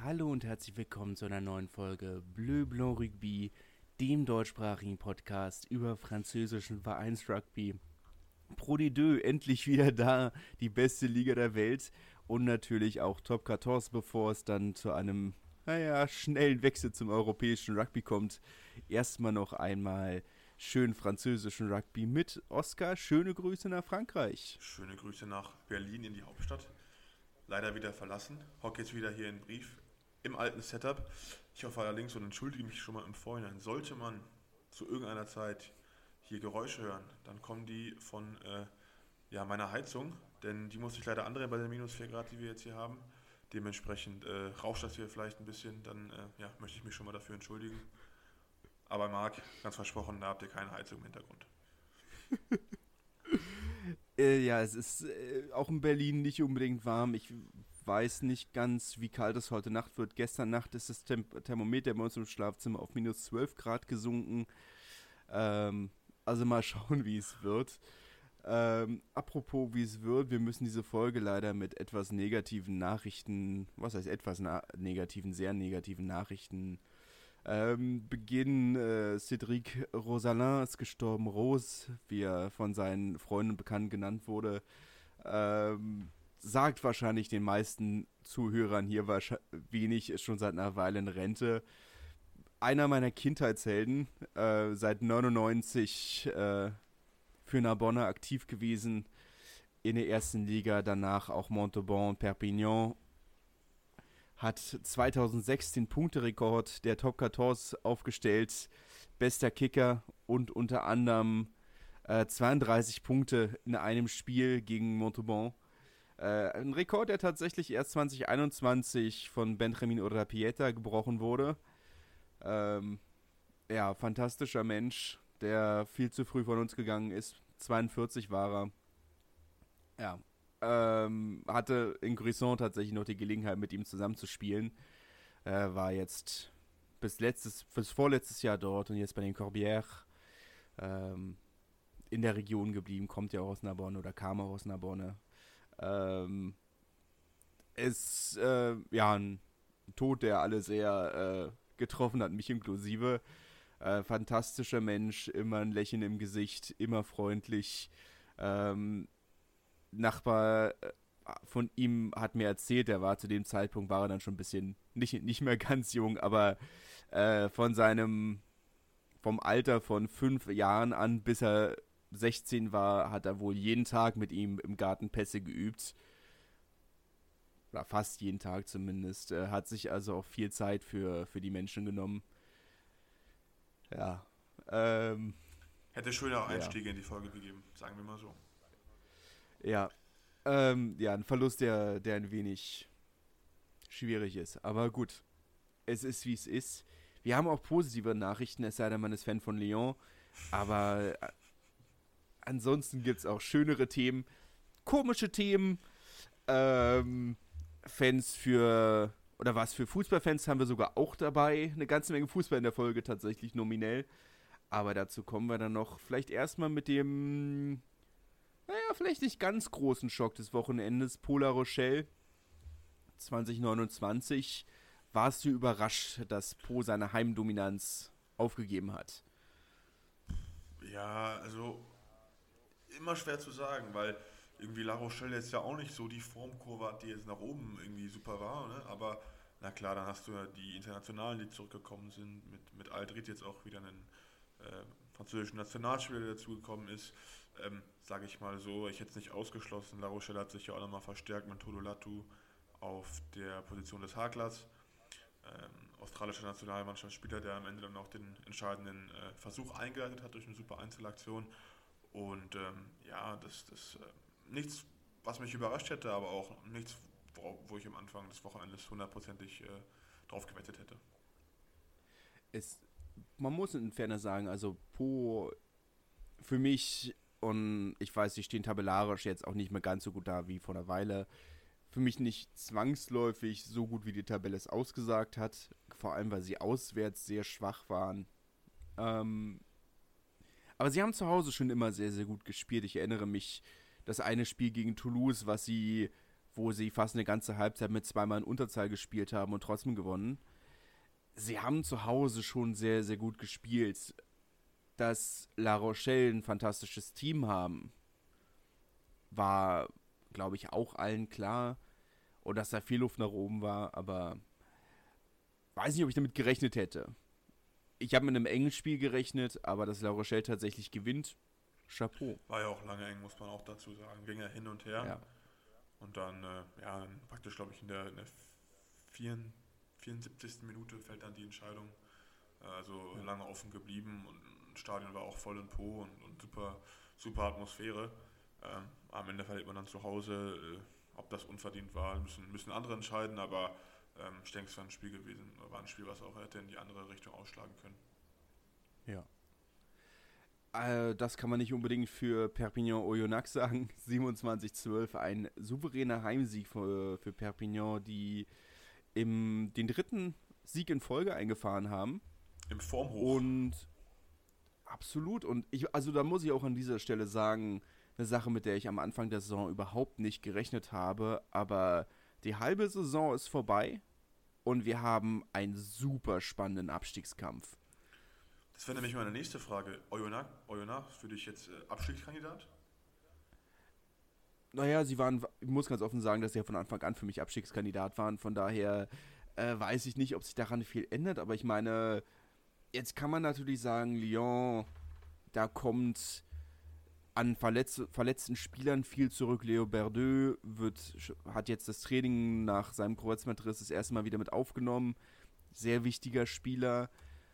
Hallo und herzlich willkommen zu einer neuen Folge Bleu Blanc Rugby, dem deutschsprachigen Podcast über französischen Vereinsrugby. Pro D2 endlich wieder da, die beste Liga der Welt und natürlich auch Top 14, bevor es dann zu einem, schnellen Wechsel zum europäischen Rugby kommt. Erstmal noch einmal schön französischen Rugby mit Oscar. Schöne Grüße nach Frankreich. Schöne Grüße nach Berlin in die Hauptstadt. Leider wieder verlassen. Hocke jetzt wieder hier in Brief im alten Setup. Ich hoffe allerdings und entschuldige mich schon mal im Vorhinein. Sollte man zu irgendeiner Zeit hier Geräusche hören, dann kommen die von meiner Heizung, denn die muss ich leider andrehen bei den minus 4 Grad, die wir jetzt hier haben. Dementsprechend rauscht das hier vielleicht ein bisschen, dann möchte ich mich schon mal dafür entschuldigen. Aber Marc, ganz versprochen, da habt ihr keine Heizung im Hintergrund. Es ist auch in Berlin nicht unbedingt warm. Ich weiß nicht ganz, wie kalt es heute Nacht wird. Gestern Nacht ist das Thermometer bei uns im Schlafzimmer auf minus 12 Grad gesunken. Also mal schauen, wie es wird. Apropos, wie es wird, wir müssen diese Folge leider mit etwas negativen Nachrichten, sehr negativen Nachrichten beginnen. Cédric Rossalin ist gestorben, Rose, wie er von seinen Freunden bekannt genannt wurde. Sagt wahrscheinlich den meisten Zuhörern hier wenig, ist schon seit einer Weile in Rente. Einer meiner Kindheitshelden, seit 99 für Narbonne aktiv gewesen in der ersten Liga, danach auch Montauban und Perpignan. Hat 2006 den Punkterekord der Top 14 aufgestellt, bester Kicker und unter anderem 32 Punkte in einem Spiel gegen Montauban. Ein Rekord, der tatsächlich erst 2021 von Benjamin Urrapieta gebrochen wurde. Fantastischer Mensch, der viel zu früh von uns gegangen ist. 42 war er. Hatte in Gruisson tatsächlich noch die Gelegenheit, mit ihm zusammenzuspielen. War jetzt bis vorletztes Jahr dort und jetzt bei den Corbières in der Region geblieben. Kommt ja auch aus Narbonne oder kam auch aus Narbonne. Ist ein Tod, der alle sehr getroffen hat, mich inklusive. Fantastischer Mensch, immer ein Lächeln im Gesicht, immer freundlich. Nachbar von ihm hat mir erzählt, er war zu dem Zeitpunkt, war er dann schon ein bisschen, nicht mehr ganz jung, aber vom Alter von 5 Jahren an, bis er 16 war, hat er wohl jeden Tag mit ihm im Garten Pässe geübt. Oder fast jeden Tag zumindest. Hat sich also auch viel Zeit für die Menschen genommen. Ja. Hätte schöne Einstiege in die Folge gegeben, sagen wir mal so. Ja. Ein Verlust, der ein wenig schwierig ist. Aber gut. Es ist, wie es ist. Wir haben auch positive Nachrichten, es sei denn, man ist Fan von Lyon. Aber ansonsten gibt es auch schönere Themen. Komische Themen. Fans für Fußballfans haben wir sogar auch dabei. Eine ganze Menge Fußball in der Folge tatsächlich nominell. Aber dazu kommen wir dann noch. Vielleicht erstmal mit dem, vielleicht nicht ganz großen Schock des Wochenendes. Pau La Rochelle 2029. Warst du überrascht, dass Pau seine Heimdominanz aufgegeben hat? Ja, also immer schwer zu sagen, weil irgendwie La Rochelle jetzt ja auch nicht so die Formkurve hat, die jetzt nach oben irgendwie super war, ne? Aber na klar, dann hast du ja die Internationalen, die zurückgekommen sind, mit Aldrit jetzt auch wieder einen französischen Nationalspieler, der dazugekommen ist. Sage ich mal so, ich hätte es nicht ausgeschlossen. La Rochelle hat sich ja auch nochmal verstärkt mit Todolatu auf der Position des Haklers. Australischer Nationalmannschaftsspieler, der am Ende dann auch den entscheidenden Versuch eingeleitet hat durch eine super Einzelaktion. Und das nichts, was mich überrascht hätte, aber auch nichts, wo ich am Anfang des Wochenendes hundertprozentig drauf gewettet hätte. Man muss in Fairness sagen, also Pau für mich, und ich weiß, sie stehen tabellarisch jetzt auch nicht mehr ganz so gut da wie vor einer Weile, für mich nicht zwangsläufig so gut, wie die Tabelle es ausgesagt hat, vor allem, weil sie auswärts sehr schwach waren. Aber sie haben zu Hause schon immer sehr, sehr gut gespielt. Ich erinnere mich, das eine Spiel gegen Toulouse, wo sie fast eine ganze Halbzeit mit 2 Mann Unterzahl gespielt haben und trotzdem gewonnen. Sie haben zu Hause schon sehr, sehr gut gespielt. Dass La Rochelle ein fantastisches Team haben, war, glaube ich, auch allen klar. Und dass da viel Luft nach oben war, aber weiß nicht, ob ich damit gerechnet hätte. Ich habe mit einem engen Spiel gerechnet, aber dass La Rochelle tatsächlich gewinnt, Chapeau. War ja auch lange eng, muss man auch dazu sagen. Ging ja hin und her. Ja. Und dann, dann praktisch, glaube ich, in der 74. Minute fällt dann die Entscheidung. Also lange offen geblieben und das Stadion war auch voll in Po und super, super Atmosphäre. Am Ende verliert man dann zu Hause. Ob das unverdient war, müssen andere entscheiden, aber ich denke, es war ein Spiel gewesen. War ein Spiel, was auch hätte in die andere Richtung ausschlagen können. Ja. Das kann man nicht unbedingt für Perpignan-Oyonnax sagen. 27-12, ein souveräner Heimsieg für Perpignan, die den 3. Sieg in Folge eingefahren haben. Im Formhoch. Und absolut. Und da muss ich auch an dieser Stelle sagen, eine Sache, mit der ich am Anfang der Saison überhaupt nicht gerechnet habe, aber die halbe Saison ist vorbei und wir haben einen super spannenden Abstiegskampf. Das wäre nämlich meine nächste Frage. Oyonnax für dich jetzt Abstiegskandidat? Naja, ich muss ganz offen sagen, dass sie ja von Anfang an für mich Abstiegskandidat waren. Von daher weiß ich nicht, ob sich daran viel ändert. Aber ich meine, jetzt kann man natürlich sagen, Lyon, da kommt an verletzten Spielern viel zurück. Leo Berdeux hat jetzt das Training nach seinem Kreuzbandriss das erste Mal wieder mit aufgenommen. Sehr wichtiger Spieler.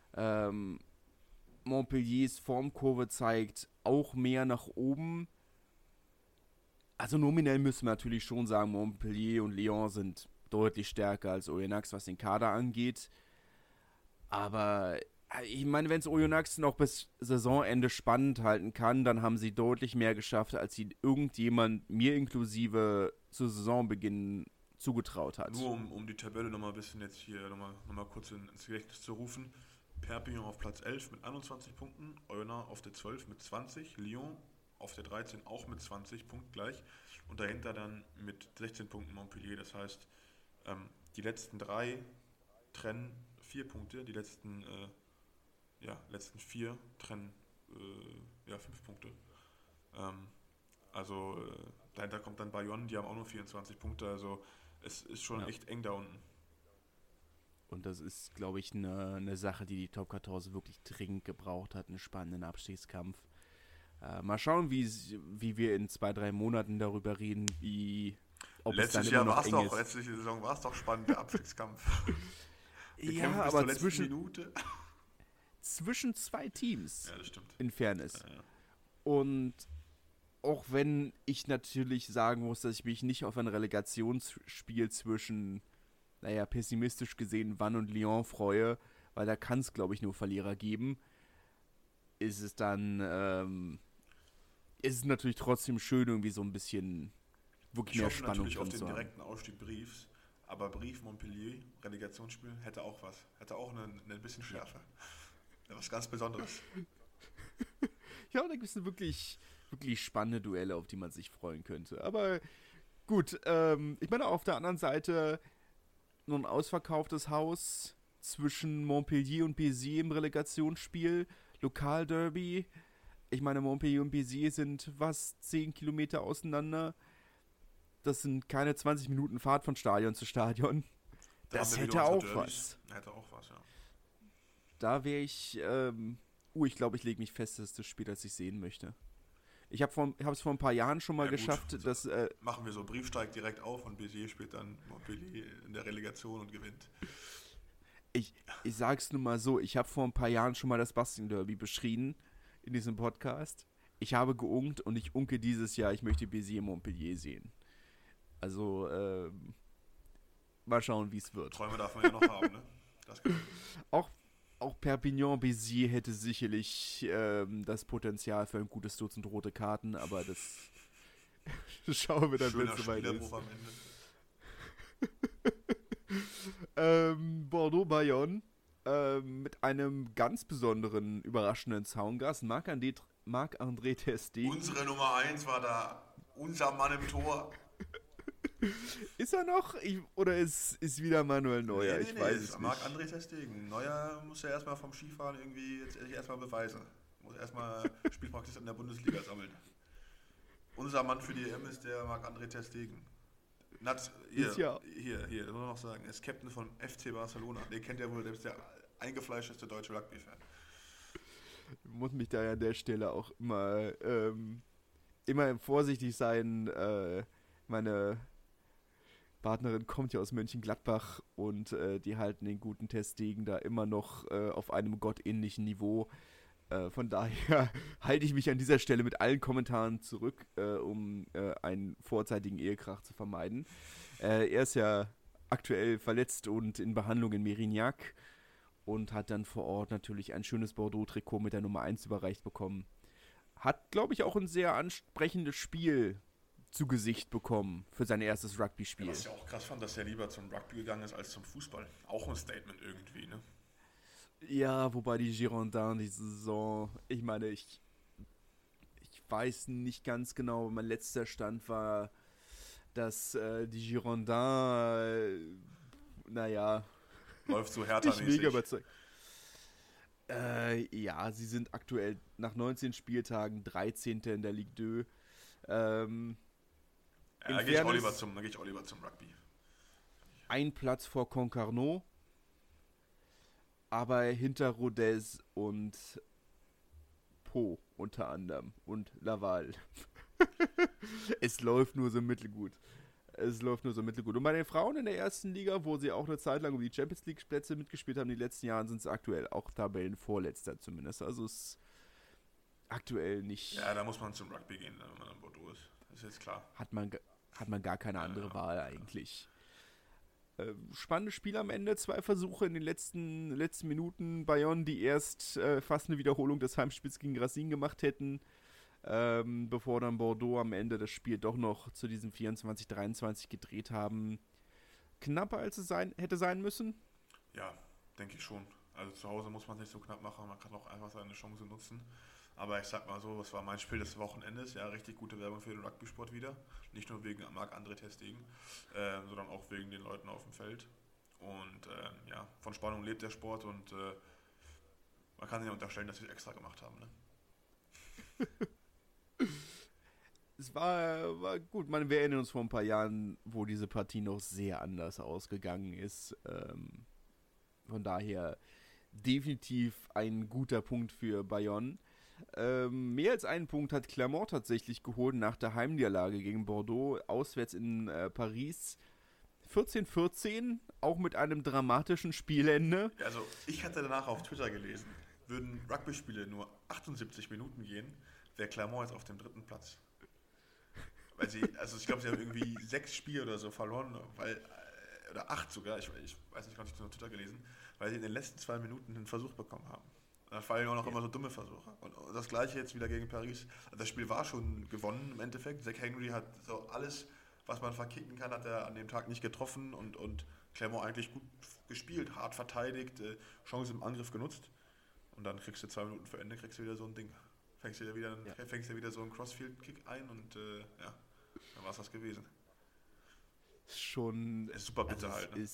Montpelliers Formkurve zeigt auch mehr nach oben. Also nominell müssen wir natürlich schon sagen, Montpellier und Lyon sind deutlich stärker als Oyonnax, was den Kader angeht. Aber ich meine, wenn es Oyonnax noch bis Saisonende spannend halten kann, dann haben sie deutlich mehr geschafft, als sie irgendjemand, mir inklusive, zu Saisonbeginn zugetraut hat. Nur um die Tabelle nochmal ein bisschen jetzt hier nochmal kurz ins Gedächtnis zu rufen. Perpignan auf Platz 11 mit 21 Punkten, Oyonnax auf der 12 mit 20, Lyon auf der 13 auch mit 20, punktgleich. Und dahinter dann mit 16 Punkten Montpellier. Das heißt, die letzten 3 trennen 4 Punkte, die letzten 4 trennen 5 Punkte. Dahinter kommt dann Bayonne, die haben auch nur 24 Punkte. Also es ist schon echt eng da unten. Und das ist, glaube ich, eine Sache, die Top 14 wirklich dringend gebraucht hat, einen spannenden Abstiegskampf. Mal schauen, wie wir in 2-3 Monaten darüber reden, ob es dann immer noch eng ist. Letzte Saison war es doch spannend, der Abstiegskampf. Ja, aber zwischen 2 Teams, ja, das stimmt. In Fairness. Ja. Und auch wenn ich natürlich sagen muss, dass ich mich nicht auf ein Relegationsspiel zwischen, pessimistisch gesehen, Vannes und Lyon freue, weil da kann es, glaube ich, nur Verlierer geben, ist es dann, ist es natürlich trotzdem schön, irgendwie so ein bisschen wirklich mehr Spannung natürlich auf den zu haben. direkten Ausstieg Briefs, aber Brief Montpellier, Relegationsspiel, hätte auch was. Hätte auch eine bisschen Schärfe. Ja, was ganz Besonderes. Ja, da gibt es wirklich, wirklich spannende Duelle, auf die man sich freuen könnte. Aber gut, ich meine, auf der anderen Seite nur ein ausverkauftes Haus zwischen Montpellier und Béziers im Relegationsspiel, Lokalderby. Ich meine, Montpellier und Béziers sind 10 Kilometer auseinander. Das sind keine 20 Minuten Fahrt von Stadion zu Stadion. Das hätte auch was. Hätte auch was, ja. Da wäre ich, ich glaube, ich lege mich fest, das ist das Spiel, das ich sehen möchte. Ich habe es vor ein paar Jahren schon mal geschafft, gut, dass... machen wir so, Brief steigt direkt auf und Béziers spielt dann Montpellier in der Relegation und gewinnt. Ich sag's nur mal so, ich habe vor ein paar Jahren schon mal das Basting-Derby beschrien in diesem Podcast. Ich habe geunkt und ich unke dieses Jahr, ich möchte Béziers Montpellier sehen. Also, mal schauen, wie es wird. Träume darf man ja noch haben, ne? Das Auch Perpignan-Béziers hätte sicherlich das Potenzial für ein gutes Dutzend rote Karten, aber das schauen wir dann, wenn es soweit ist. Am Ende. Bordeaux-Bayonne mit einem ganz besonderen, überraschenden Zaungast, Marc-André ter Stegen. Unsere Nummer 1 war da, unser Mann im Tor. Ist er noch? Oder ist wieder Manuel Neuer? Nee, Ich weiß es ist nicht. Marc-André ter Stegen. Neuer muss ja erstmal vom Skifahren irgendwie jetzt erstmal beweisen. Muss erstmal Spielpraxis in der Bundesliga sammeln. Unser Mann für die EM ist der Marc-André ter Stegen. Ist ja, Hier, muss man noch sagen, ist Captain von FC Barcelona. Den kennt ja wohl selbst der eingefleischteste deutsche Rugby-Fan. muss mich da ja an der Stelle auch immer vorsichtig sein. Meine Partnerin kommt ja aus Mönchengladbach und die halten den guten ter Stegen da immer noch auf einem gottähnlichen Niveau. Von daher halte ich mich an dieser Stelle mit allen Kommentaren zurück, um einen vorzeitigen Ehekrach zu vermeiden. Er ist ja aktuell verletzt und in Behandlung in Mérignac und hat dann vor Ort natürlich ein schönes Bordeaux-Trikot mit der Nummer 1 überreicht bekommen. Hat, glaube ich, auch ein sehr ansprechendes Spiel zu Gesicht bekommen für sein erstes Rugby-Spiel. Ja, was ich auch krass fand, dass er lieber zum Rugby gegangen ist als zum Fußball. Auch ein Statement irgendwie, ne? Ja, wobei die Girondins die Saison, ich meine, ich weiß nicht ganz genau, mein letzter Stand war, dass die Girondins, naja, Läuft so nicht Hertha-mäßig. mega überzeugt. Ja, sie sind aktuell nach 19 Spieltagen 13. in der Ligue 2. Ja, da gehe ich auch lieber zum Rugby. Ein Platz vor Concarneau, aber hinter Rodez und Po unter anderem und Laval. Es läuft nur so mittelgut. Und bei den Frauen in der ersten Liga, wo sie auch eine Zeit lang um die Champions League Plätze mitgespielt haben, die letzten Jahren sind sie aktuell auch Tabellenvorletzter zumindest. Also es ist aktuell nicht. Ja, da muss man zum Rugby gehen, wenn man in Bordeaux ist. Das ist jetzt klar. Hat man gar keine andere Wahl eigentlich. Spannendes Spiel am Ende, 2 Versuche in den letzten Minuten. Bayonne, die erst fast eine Wiederholung des Heimspiels gegen Racine gemacht hätten, bevor dann Bordeaux am Ende das Spiel doch noch zu diesem 24-23 gedreht haben. Knapper als es hätte sein müssen. Ja, denke ich schon. Also zu Hause muss man es nicht so knapp machen, man kann auch einfach seine Chance nutzen. Aber ich sag mal so, es war mein Spiel des Wochenendes, ja, richtig gute Werbung für den Rugby-Sport wieder. Nicht nur wegen Marc-André ter Stegen, sondern auch wegen den Leuten auf dem Feld. Und ja, von Spannung lebt der Sport und man kann ihnen unterstellen, dass sie es extra gemacht haben. Ne? Es war gut. Wir erinnern uns vor ein paar Jahren, wo diese Partie noch sehr anders ausgegangen ist. Von daher definitiv ein guter Punkt für Bayonne. Mehr als einen Punkt hat Clermont tatsächlich geholt nach der Heimniederlage gegen Bordeaux, auswärts in Paris. 14-14, auch mit einem dramatischen Spielende. Also ich hatte danach auf Twitter gelesen, würden Rugby-Spiele nur 78 Minuten gehen, wäre Clermont jetzt auf dem 3. Platz. Weil ich glaube, sie haben irgendwie 6 Spiele oder so verloren, oder 8 sogar, ich weiß nicht, ich habe es auf Twitter gelesen, weil sie in den letzten 2 Minuten einen Versuch bekommen haben. Da fallen auch noch immer so dumme Versuche. Und das gleiche jetzt wieder gegen Paris. Also das Spiel war schon gewonnen im Endeffekt. Zach Henry hat so alles, was man verkicken kann, hat er an dem Tag nicht getroffen und Clermont eigentlich gut gespielt, hart verteidigt, Chance im Angriff genutzt. Und dann kriegst du 2 Minuten vor Ende, kriegst du wieder so ein Ding. Fängst du wieder so einen Crossfield-Kick ein und ja, dann war es das gewesen. Schon. Ist super bitter halt. Ne?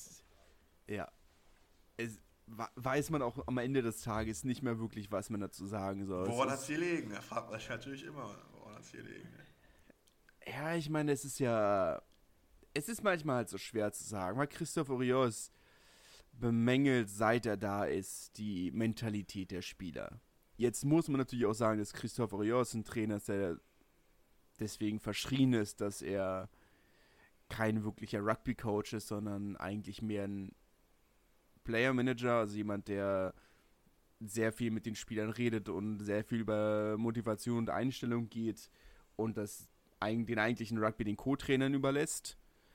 Weiß man auch am Ende des Tages nicht mehr wirklich, was man dazu sagen soll. Woran hat es gelegen? Da fragt man sich natürlich immer, woran hat es gelegen. Ja, ich meine, es ist manchmal halt so schwer zu sagen, weil Christophe Urios bemängelt, seit er da ist, die Mentalität der Spieler. Jetzt muss man natürlich auch sagen, dass Christophe Urios ein Trainer ist, der deswegen verschrien ist, dass er kein wirklicher Rugby-Coach ist, sondern eigentlich mehr ein Player-Manager, also jemand, der sehr viel mit den Spielern redet und sehr viel über Motivation und Einstellung geht und den eigentlichen Rugby den Co-Trainern überlässt.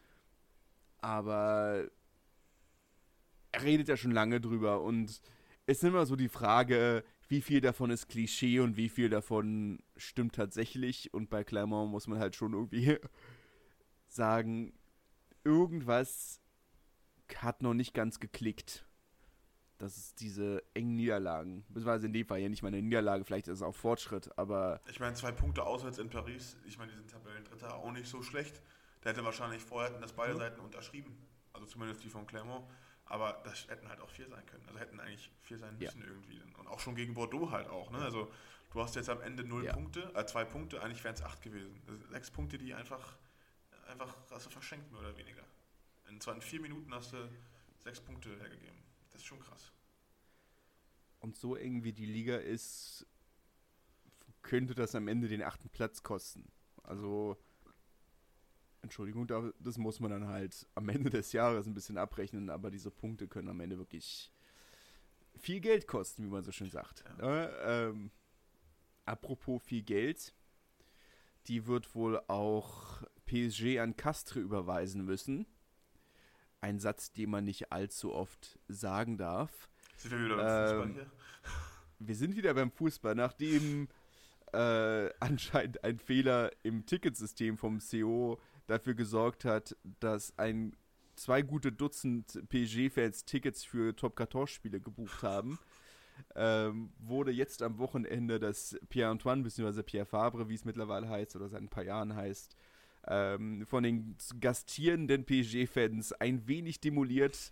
Aber er redet ja schon lange drüber und es ist immer so die Frage, wie viel davon ist Klischee und wie viel davon stimmt tatsächlich. Und bei Clermont muss man halt schon irgendwie sagen, irgendwas hat noch nicht ganz geklickt. Das ist diese engen Niederlagen. Beziehungsweise in dem Fall ja nicht mal eine Niederlage, vielleicht ist es auch Fortschritt, aber. Ich meine, 2 Punkte auswärts in Paris, ich meine, die sind Tabellendritter auch nicht so schlecht. Der hätte wahrscheinlich vorher hätten das beide Seiten unterschrieben. Also zumindest die von Clermont. Aber das hätten halt auch 4 sein können. Also hätten eigentlich 4 sein müssen irgendwie. Und auch schon gegen Bordeaux halt auch. Ne? Also du hast jetzt am Ende 0 Punkte, 2 Punkte, eigentlich wären es 8 gewesen. Das sind 6 Punkte, die einfach hast du verschenkt, mehr oder weniger. In 4 Minuten hast du 6 Punkte hergegeben. Das ist schon krass. Und so eng wie die Liga ist, könnte das am Ende den 8. Platz kosten. Also, Entschuldigung, das muss man dann halt am Ende des Jahres ein bisschen abrechnen, aber diese Punkte können am Ende wirklich viel Geld kosten, wie man so schön sagt. Ja. Apropos viel Geld, die wird wohl auch PSG an Castres überweisen müssen. Ein Satz, den man nicht allzu oft sagen darf. Sind wir wieder beim Fußball hier? Wir sind wieder beim Fußball, nachdem anscheinend ein Fehler im Ticketsystem vom CO dafür gesorgt hat, dass 2 gute Dutzend PSG-Fans Tickets für Top-14-Spiele gebucht haben, wurde jetzt am Wochenende das Pierre-Antoine bzw. Pierre Fabre, wie es mittlerweile heißt oder seit ein paar Jahren heißt, von den gastierenden PSG-Fans ein wenig demoliert.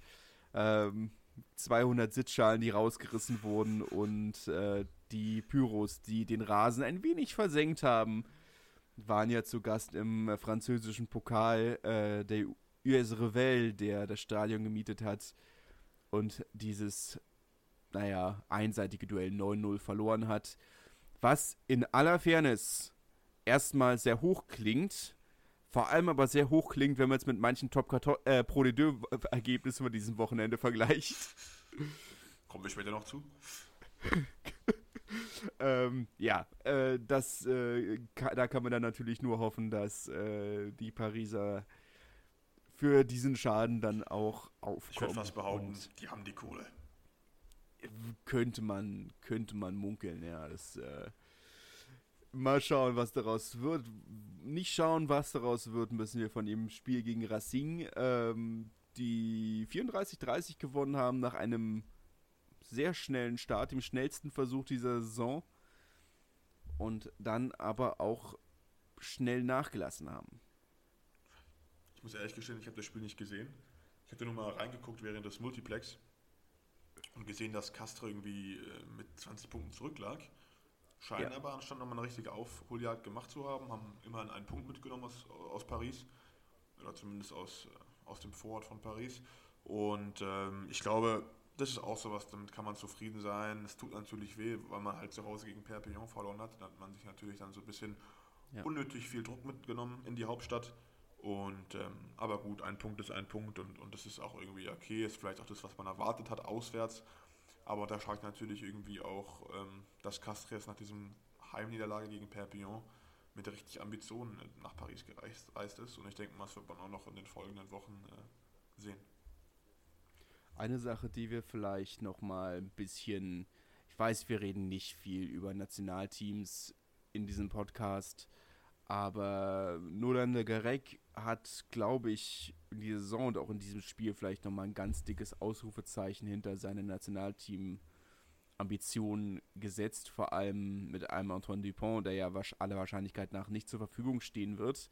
200 Sitzschalen, die rausgerissen wurden und die Pyros, die den Rasen ein wenig versenkt haben, waren ja zu Gast im französischen Pokal der US Revel, der das Stadion gemietet hat und dieses, einseitige Duell 9-0 verloren hat. Was in aller Fairness erstmal sehr hoch klingt, vor allem aber sehr hoch klingt, wenn man es mit manchen Pro de Deux Ergebnissen von diesem Wochenende vergleicht. Kommen wir später noch zu. Da kann man dann natürlich nur hoffen, dass die Pariser für diesen Schaden dann auch aufkommen. Ich würde fast behaupten, die haben die Kohle. Könnte man munkeln, ja. Mal schauen, was daraus wird. Nicht schauen, was daraus wird, müssen wir von dem Spiel gegen Racing, die 34-30 gewonnen haben nach einem sehr schnellen Start, dem schnellsten Versuch dieser Saison und dann aber auch schnell nachgelassen haben. Ich muss ehrlich gestehen, ich habe das Spiel nicht gesehen. Ich habe nur mal reingeguckt während des Multiplex und gesehen, dass Castres irgendwie mit 20 Punkten zurücklag. Scheinen aber anstatt nochmal eine richtige Aufholjagd gemacht zu haben, haben immerhin einen Punkt mitgenommen aus Paris oder zumindest aus dem Vorort von Paris und ich glaube, das ist auch sowas, damit kann man zufrieden sein. Es tut natürlich weh, weil man halt zu Hause gegen Perpignan verloren hat. Da hat man sich natürlich dann so ein bisschen unnötig viel Druck mitgenommen in die Hauptstadt. Und aber gut, ein Punkt ist ein Punkt und das ist auch irgendwie okay. Ist vielleicht auch das, was man erwartet hat, auswärts. Aber da schaut natürlich irgendwie auch, dass Castres nach diesem Heimniederlage gegen Perpignan mit richtig Ambitionen nach Paris gereist ist. Und ich denke mal, das wird man auch noch in den folgenden Wochen sehen. Eine Sache, die wir vielleicht noch mal ein bisschen, ich weiß, wir reden nicht viel über Nationalteams in diesem Podcast, aber Nolan Le Garec hat, glaube ich, in dieser Saison und auch in diesem Spiel vielleicht noch mal ein ganz dickes Ausrufezeichen hinter seine Nationalteam-Ambitionen gesetzt, vor allem mit einem Antoine Dupont, der ja aller Wahrscheinlichkeit nach nicht zur Verfügung stehen wird.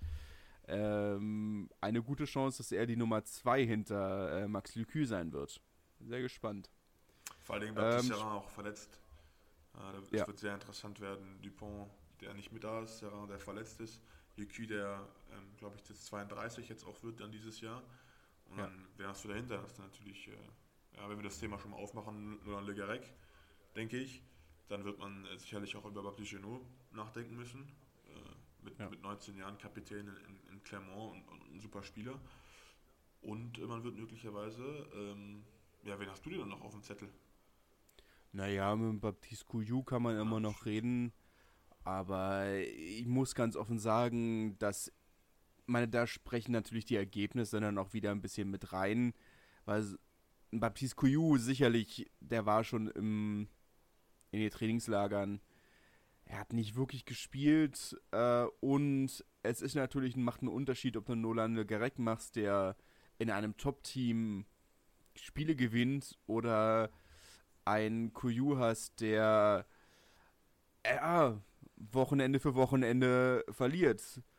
Eine gute Chance, dass er die Nummer 2 hinter Max Lucu sein wird. Sehr gespannt. Vor allem Baptiste Serrin auch verletzt. Das wird sehr interessant werden. Dupont, der nicht mit da ist, Serrin, der verletzt ist. Lucu, der, glaube ich, jetzt 32 jetzt auch wird dann dieses Jahr. Und dann, wer hast du dahinter? Das ist natürlich, wenn wir das Thema schon mal aufmachen, Nolan Le Garec, denke ich, dann wird man sicherlich auch über Baptiste Genot nachdenken müssen. Mit 19 Jahren Kapitän in Clermont und ein super Spieler. Und man wird möglicherweise, wen hast du denn noch auf dem Zettel? Naja, mit Baptiste Couillou kann man immer noch reden, aber ich muss ganz offen sagen, dass da sprechen natürlich die Ergebnisse dann auch wieder ein bisschen mit rein, weil Baptiste Couillou sicherlich, der war schon in den Trainingslagern. Er hat nicht wirklich gespielt und es ist natürlich, macht einen Unterschied, ob du Nolan Le Garec machst, der in einem Top-Team Spiele gewinnt oder ein Couillou hast, der Wochenende für Wochenende verliert.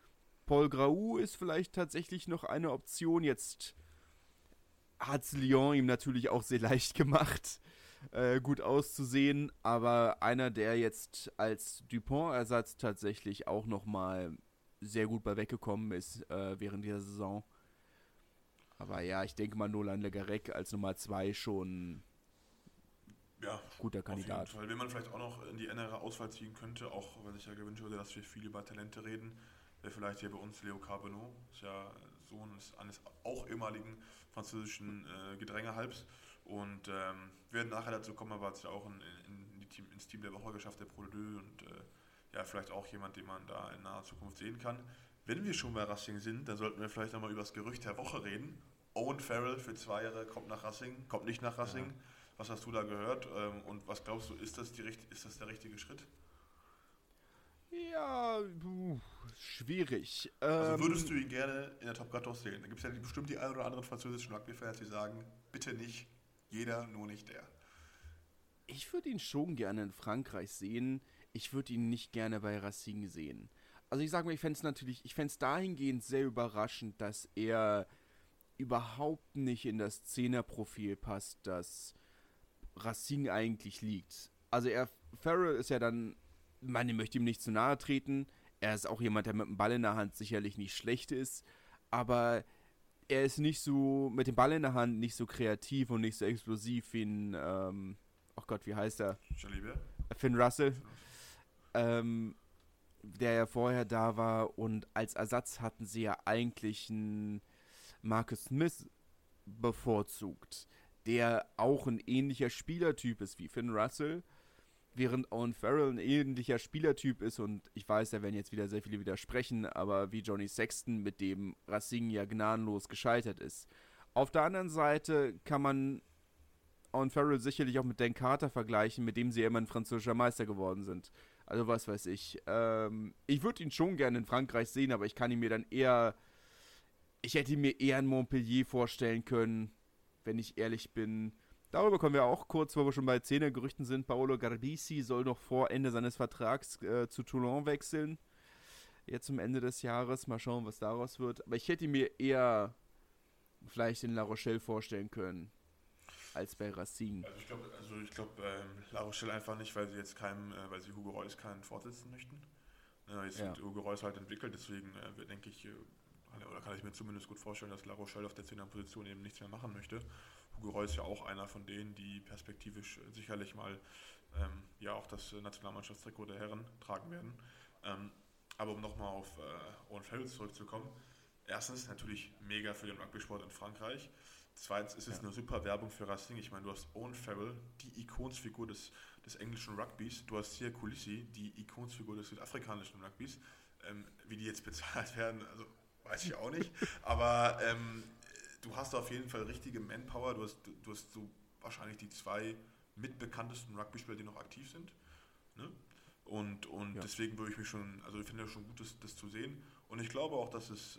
Paul Grau ist vielleicht tatsächlich noch eine Option. Jetzt hat Lyon ihm natürlich auch sehr leicht gemacht, gut auszusehen. Aber einer, der jetzt als Dupont-Ersatz tatsächlich auch nochmal sehr gut bei weggekommen ist während dieser Saison. Aber ja, ich denke mal, Nolan Le Garec als Nummer 2 schon Ja, guter auf jeden Kandidat. Fall. Wen man vielleicht auch noch in die engere Auswahl ziehen könnte, auch weil ich ja gewünscht würde, dass wir viel über Talente reden, wäre vielleicht hier bei uns Leo Carbonneau. Ist ja Sohn eines auch ehemaligen französischen Gedrängehalbs. Und wir werden nachher dazu kommen, aber hat es ja auch ins Team der Woche geschafft, der Pro 2. Und ja, vielleicht auch jemand, den man da in naher Zukunft sehen kann. Wenn wir schon bei Racing sind, dann sollten wir vielleicht nochmal über das Gerücht der Woche reden. Owen Farrell für 2 Jahre kommt nach Racing, kommt nicht nach Racing. Ja. Was hast du da gehört und was glaubst du, ist das der richtige Schritt? Ja, schwierig. Also würdest du ihn gerne in der Top 14 sehen? Da gibt es ja bestimmt die ein oder anderen französischen Rugby-Fans, die sagen, bitte nicht, jeder, nur nicht der. Ich würde ihn schon gerne in Frankreich sehen. Ich würde ihn nicht gerne bei Racing sehen. Also ich sage mal, ich fände es dahingehend sehr überraschend, dass er überhaupt nicht in das Zehnerprofil passt, das Racing eigentlich liegt. Also Farrell ist ja dann, ich möchte ihm nicht zu nahe treten, er ist auch jemand, der mit dem Ball in der Hand sicherlich nicht schlecht ist, aber er ist nicht so, mit dem Ball in der Hand nicht so kreativ und nicht so explosiv wie ein, oh Gott, wie heißt er? Finn Russell. Der ja vorher da war und als Ersatz hatten sie ja eigentlich einen Marcus Smith bevorzugt, der auch ein ähnlicher Spielertyp ist wie Finn Russell, während Owen Farrell ein ähnlicher Spielertyp ist und ich weiß, da werden jetzt wieder sehr viele widersprechen, aber wie Johnny Sexton, mit dem Racing ja gnadenlos gescheitert ist. Auf der anderen Seite kann man Owen Farrell sicherlich auch mit Dan Carter vergleichen, mit dem sie ja immer ein französischer Meister geworden sind. Also was weiß ich. Ich würde ihn schon gerne in Frankreich sehen, aber ich hätte ihn mir eher in Montpellier vorstellen können, wenn ich ehrlich bin. Darüber kommen wir auch kurz, wo wir schon bei 10er Gerüchten sind. Paolo Garbisi soll noch vor Ende seines Vertrags zu Toulon wechseln. Jetzt zum Ende des Jahres. Mal schauen, was daraus wird. Aber ich hätte ihn mir eher vielleicht in La Rochelle vorstellen können, als bei Racing. Ich glaube, La Rochelle einfach nicht, weil weil sie Hugo Reus keinen fortsetzen möchten. Jetzt wird Hugo Reus halt entwickelt, deswegen denke ich, oder kann ich mir zumindest gut vorstellen, dass La Rochelle auf der 10er Position eben nichts mehr machen möchte. Hugo Reus ist ja auch einer von denen, die perspektivisch sicherlich mal auch das Nationalmannschaftstrikot der Herren tragen werden. Aber um nochmal auf Owen Farrell zurückzukommen, erstens natürlich mega für den Rugby-Sport in Frankreich. Zweitens ist es eine super Werbung für Racing. Ich meine, du hast Owen Farrell, die Ikonsfigur des englischen Rugbys. Du hast Siya Kolisi, die Ikonsfigur des südafrikanischen Rugbys. Wie die jetzt bezahlt werden, also weiß ich auch nicht. Aber du hast auf jeden Fall richtige Manpower. Du hast so wahrscheinlich die 2 mitbekanntesten Rugby-Spieler, die noch aktiv sind. Ne? Und deswegen würde ich mich ich finde es schon gut, das zu sehen. Und ich glaube auch, dass es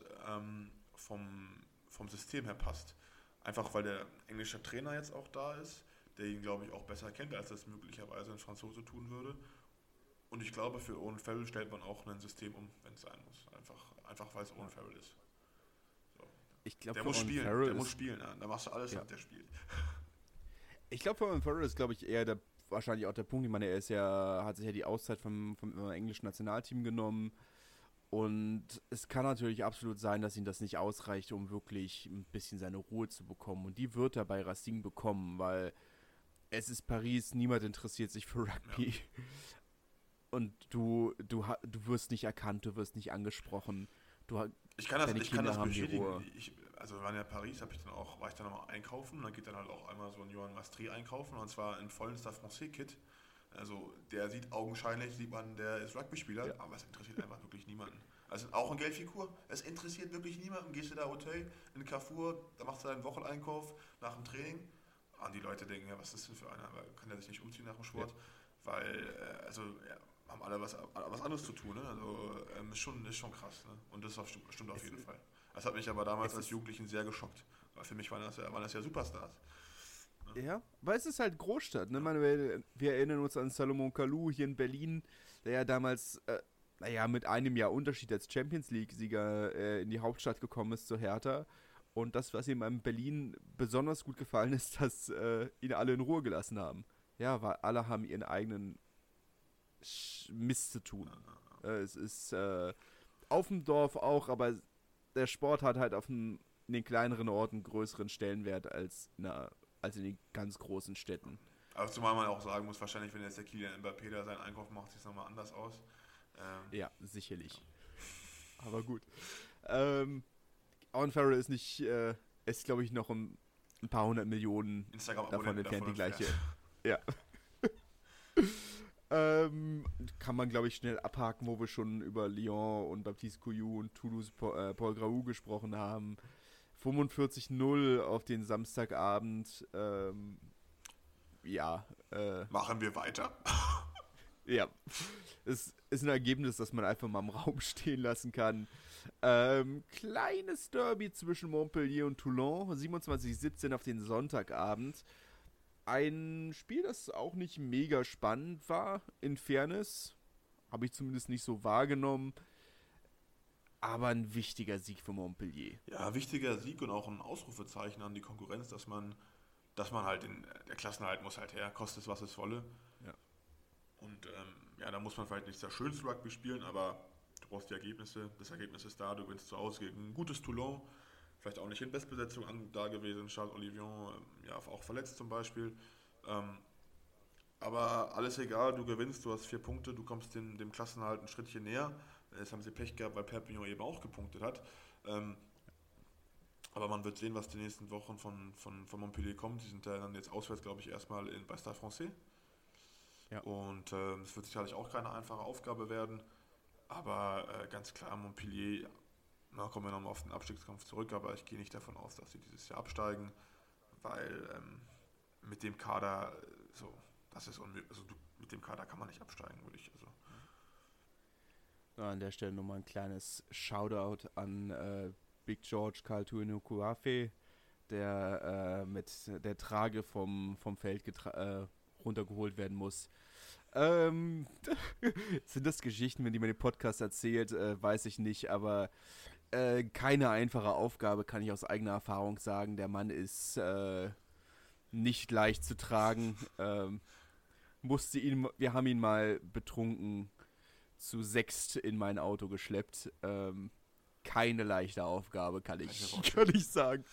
vom System her passt. Einfach weil der englische Trainer jetzt auch da ist, der ihn, glaube ich, auch besser kennt, als das möglicherweise ein Franzose tun würde. Und ich glaube, für Owen Farrell stellt man auch ein System um, wenn es sein muss. Einfach weil es Owen Farrell ist. So. Ich glaub, der muss spielen. Ja. Da machst du alles, damit der spielt. Ich glaube, für Owen Farrell ist, glaube ich, eher wahrscheinlich auch der Punkt. Ich meine, hat sich ja die Auszeit vom englischen Nationalteam genommen. Und es kann natürlich absolut sein, dass ihm das nicht ausreicht, um wirklich ein bisschen seine Ruhe zu bekommen. Und die wird er bei Racing bekommen, weil es ist Paris, niemand interessiert sich für Rugby. Ja. Und du wirst nicht erkannt, du wirst nicht angesprochen. Ich kann das bestätigen. Wir waren ja in Paris, war ich dann noch mal einkaufen. Und dann geht dann halt auch einmal so ein Johan Mastri einkaufen. Und zwar in vollster Francais-Kit. Also der sieht man, der ist Rugby-Spieler, ja. Aber es interessiert einfach wirklich niemanden. Also auch ein Geldfigur, es interessiert wirklich niemanden. Gehst du da Hotel in Carrefour, da machst du deinen Wocheneinkauf nach dem Training. Und die Leute denken, ja, was ist das denn für einer? Aber kann der sich nicht umziehen nach dem Sport? Ja. Weil, haben alle was anderes zu tun. Ne? Also ist schon krass. Ne? Und das stimmt auf jeden Fall. Das hat mich aber damals als Jugendlichen sehr geschockt. Weil für mich waren das ja Superstars. Ja, weil es ist halt Großstadt. Ne? Wir erinnern uns an Salomon Kalou hier in Berlin, der ja damals naja, mit einem Jahr Unterschied als Champions League-Sieger in die Hauptstadt gekommen ist, zu Hertha. Und das, was ihm in Berlin besonders gut gefallen ist, dass ihn alle in Ruhe gelassen haben. Ja, weil alle haben ihren eigenen Mist zu tun. Es ist auf dem Dorf auch, aber der Sport hat halt in den kleineren Orten größeren Stellenwert als in den ganz großen Städten. Also zumal man auch sagen muss, wahrscheinlich, wenn jetzt der Kylian Mbappé da seinen Einkauf macht, sieht es nochmal anders aus. Ja, sicherlich. Ja. Aber gut. Owen Farrell ist nicht, ist glaube ich noch ein paar hundert Millionen davon entfernt, die gleiche. Ja. Kann man, glaube ich, schnell abhaken, wo wir schon über Lyon und Baptiste Couillou und Toulouse Paul Graou gesprochen haben. 45-0 auf den Samstagabend. Ja. Machen wir weiter. Ja. Es ist ein Ergebnis, das man einfach mal im Raum stehen lassen kann. Kleines Derby zwischen Montpellier und Toulon. 27-17 auf den Sonntagabend. Ein Spiel, das auch nicht mega spannend war, in Fairness. Habe ich zumindest nicht so wahrgenommen. Aber ein wichtiger Sieg für Montpellier. Ja, wichtiger Sieg und auch ein Ausrufezeichen an die Konkurrenz, dass man halt der Klassenerhalt muss halt her, kostet es, was es wolle. Ja. Und da muss man vielleicht nicht das schönste Rugby spielen, aber du brauchst die Ergebnisse. Das Ergebnis ist da, du gewinnst zu Hause gegen ein gutes Toulon. Vielleicht auch nicht in Bestbesetzung da gewesen, Charles Olivion, auch verletzt zum Beispiel. Aber alles egal, du gewinnst, du hast 4 Punkte, du kommst dem Klassenerhalt ein Schrittchen näher. Jetzt haben sie Pech gehabt, weil Perpignan eben auch gepunktet hat. Aber man wird sehen, was die nächsten Wochen von Montpellier kommt. Die sind ja dann jetzt auswärts, glaube ich, erstmal bei Stade Francais. Ja. Und es wird sicherlich auch keine einfache Aufgabe werden. Aber ganz klar, Montpellier, kommen wir nochmal auf den Abstiegskampf zurück, aber ich gehe nicht davon aus, dass sie dieses Jahr absteigen, weil mit dem Kader, das ist unmöglich. Also mit dem Kader kann man nicht absteigen, würde ich. An der Stelle nochmal ein kleines Shoutout an Big George Kaltuinu-Kuafe, der mit der Trage vom Feld runtergeholt werden muss. Sind das Geschichten, die man im Podcast erzählt, weiß ich nicht, aber keine einfache Aufgabe, kann ich aus eigener Erfahrung sagen. Der Mann ist nicht leicht zu tragen. Wir haben ihn mal betrunken zu 6 in mein Auto geschleppt. Keine leichte Aufgabe, kann ich sagen.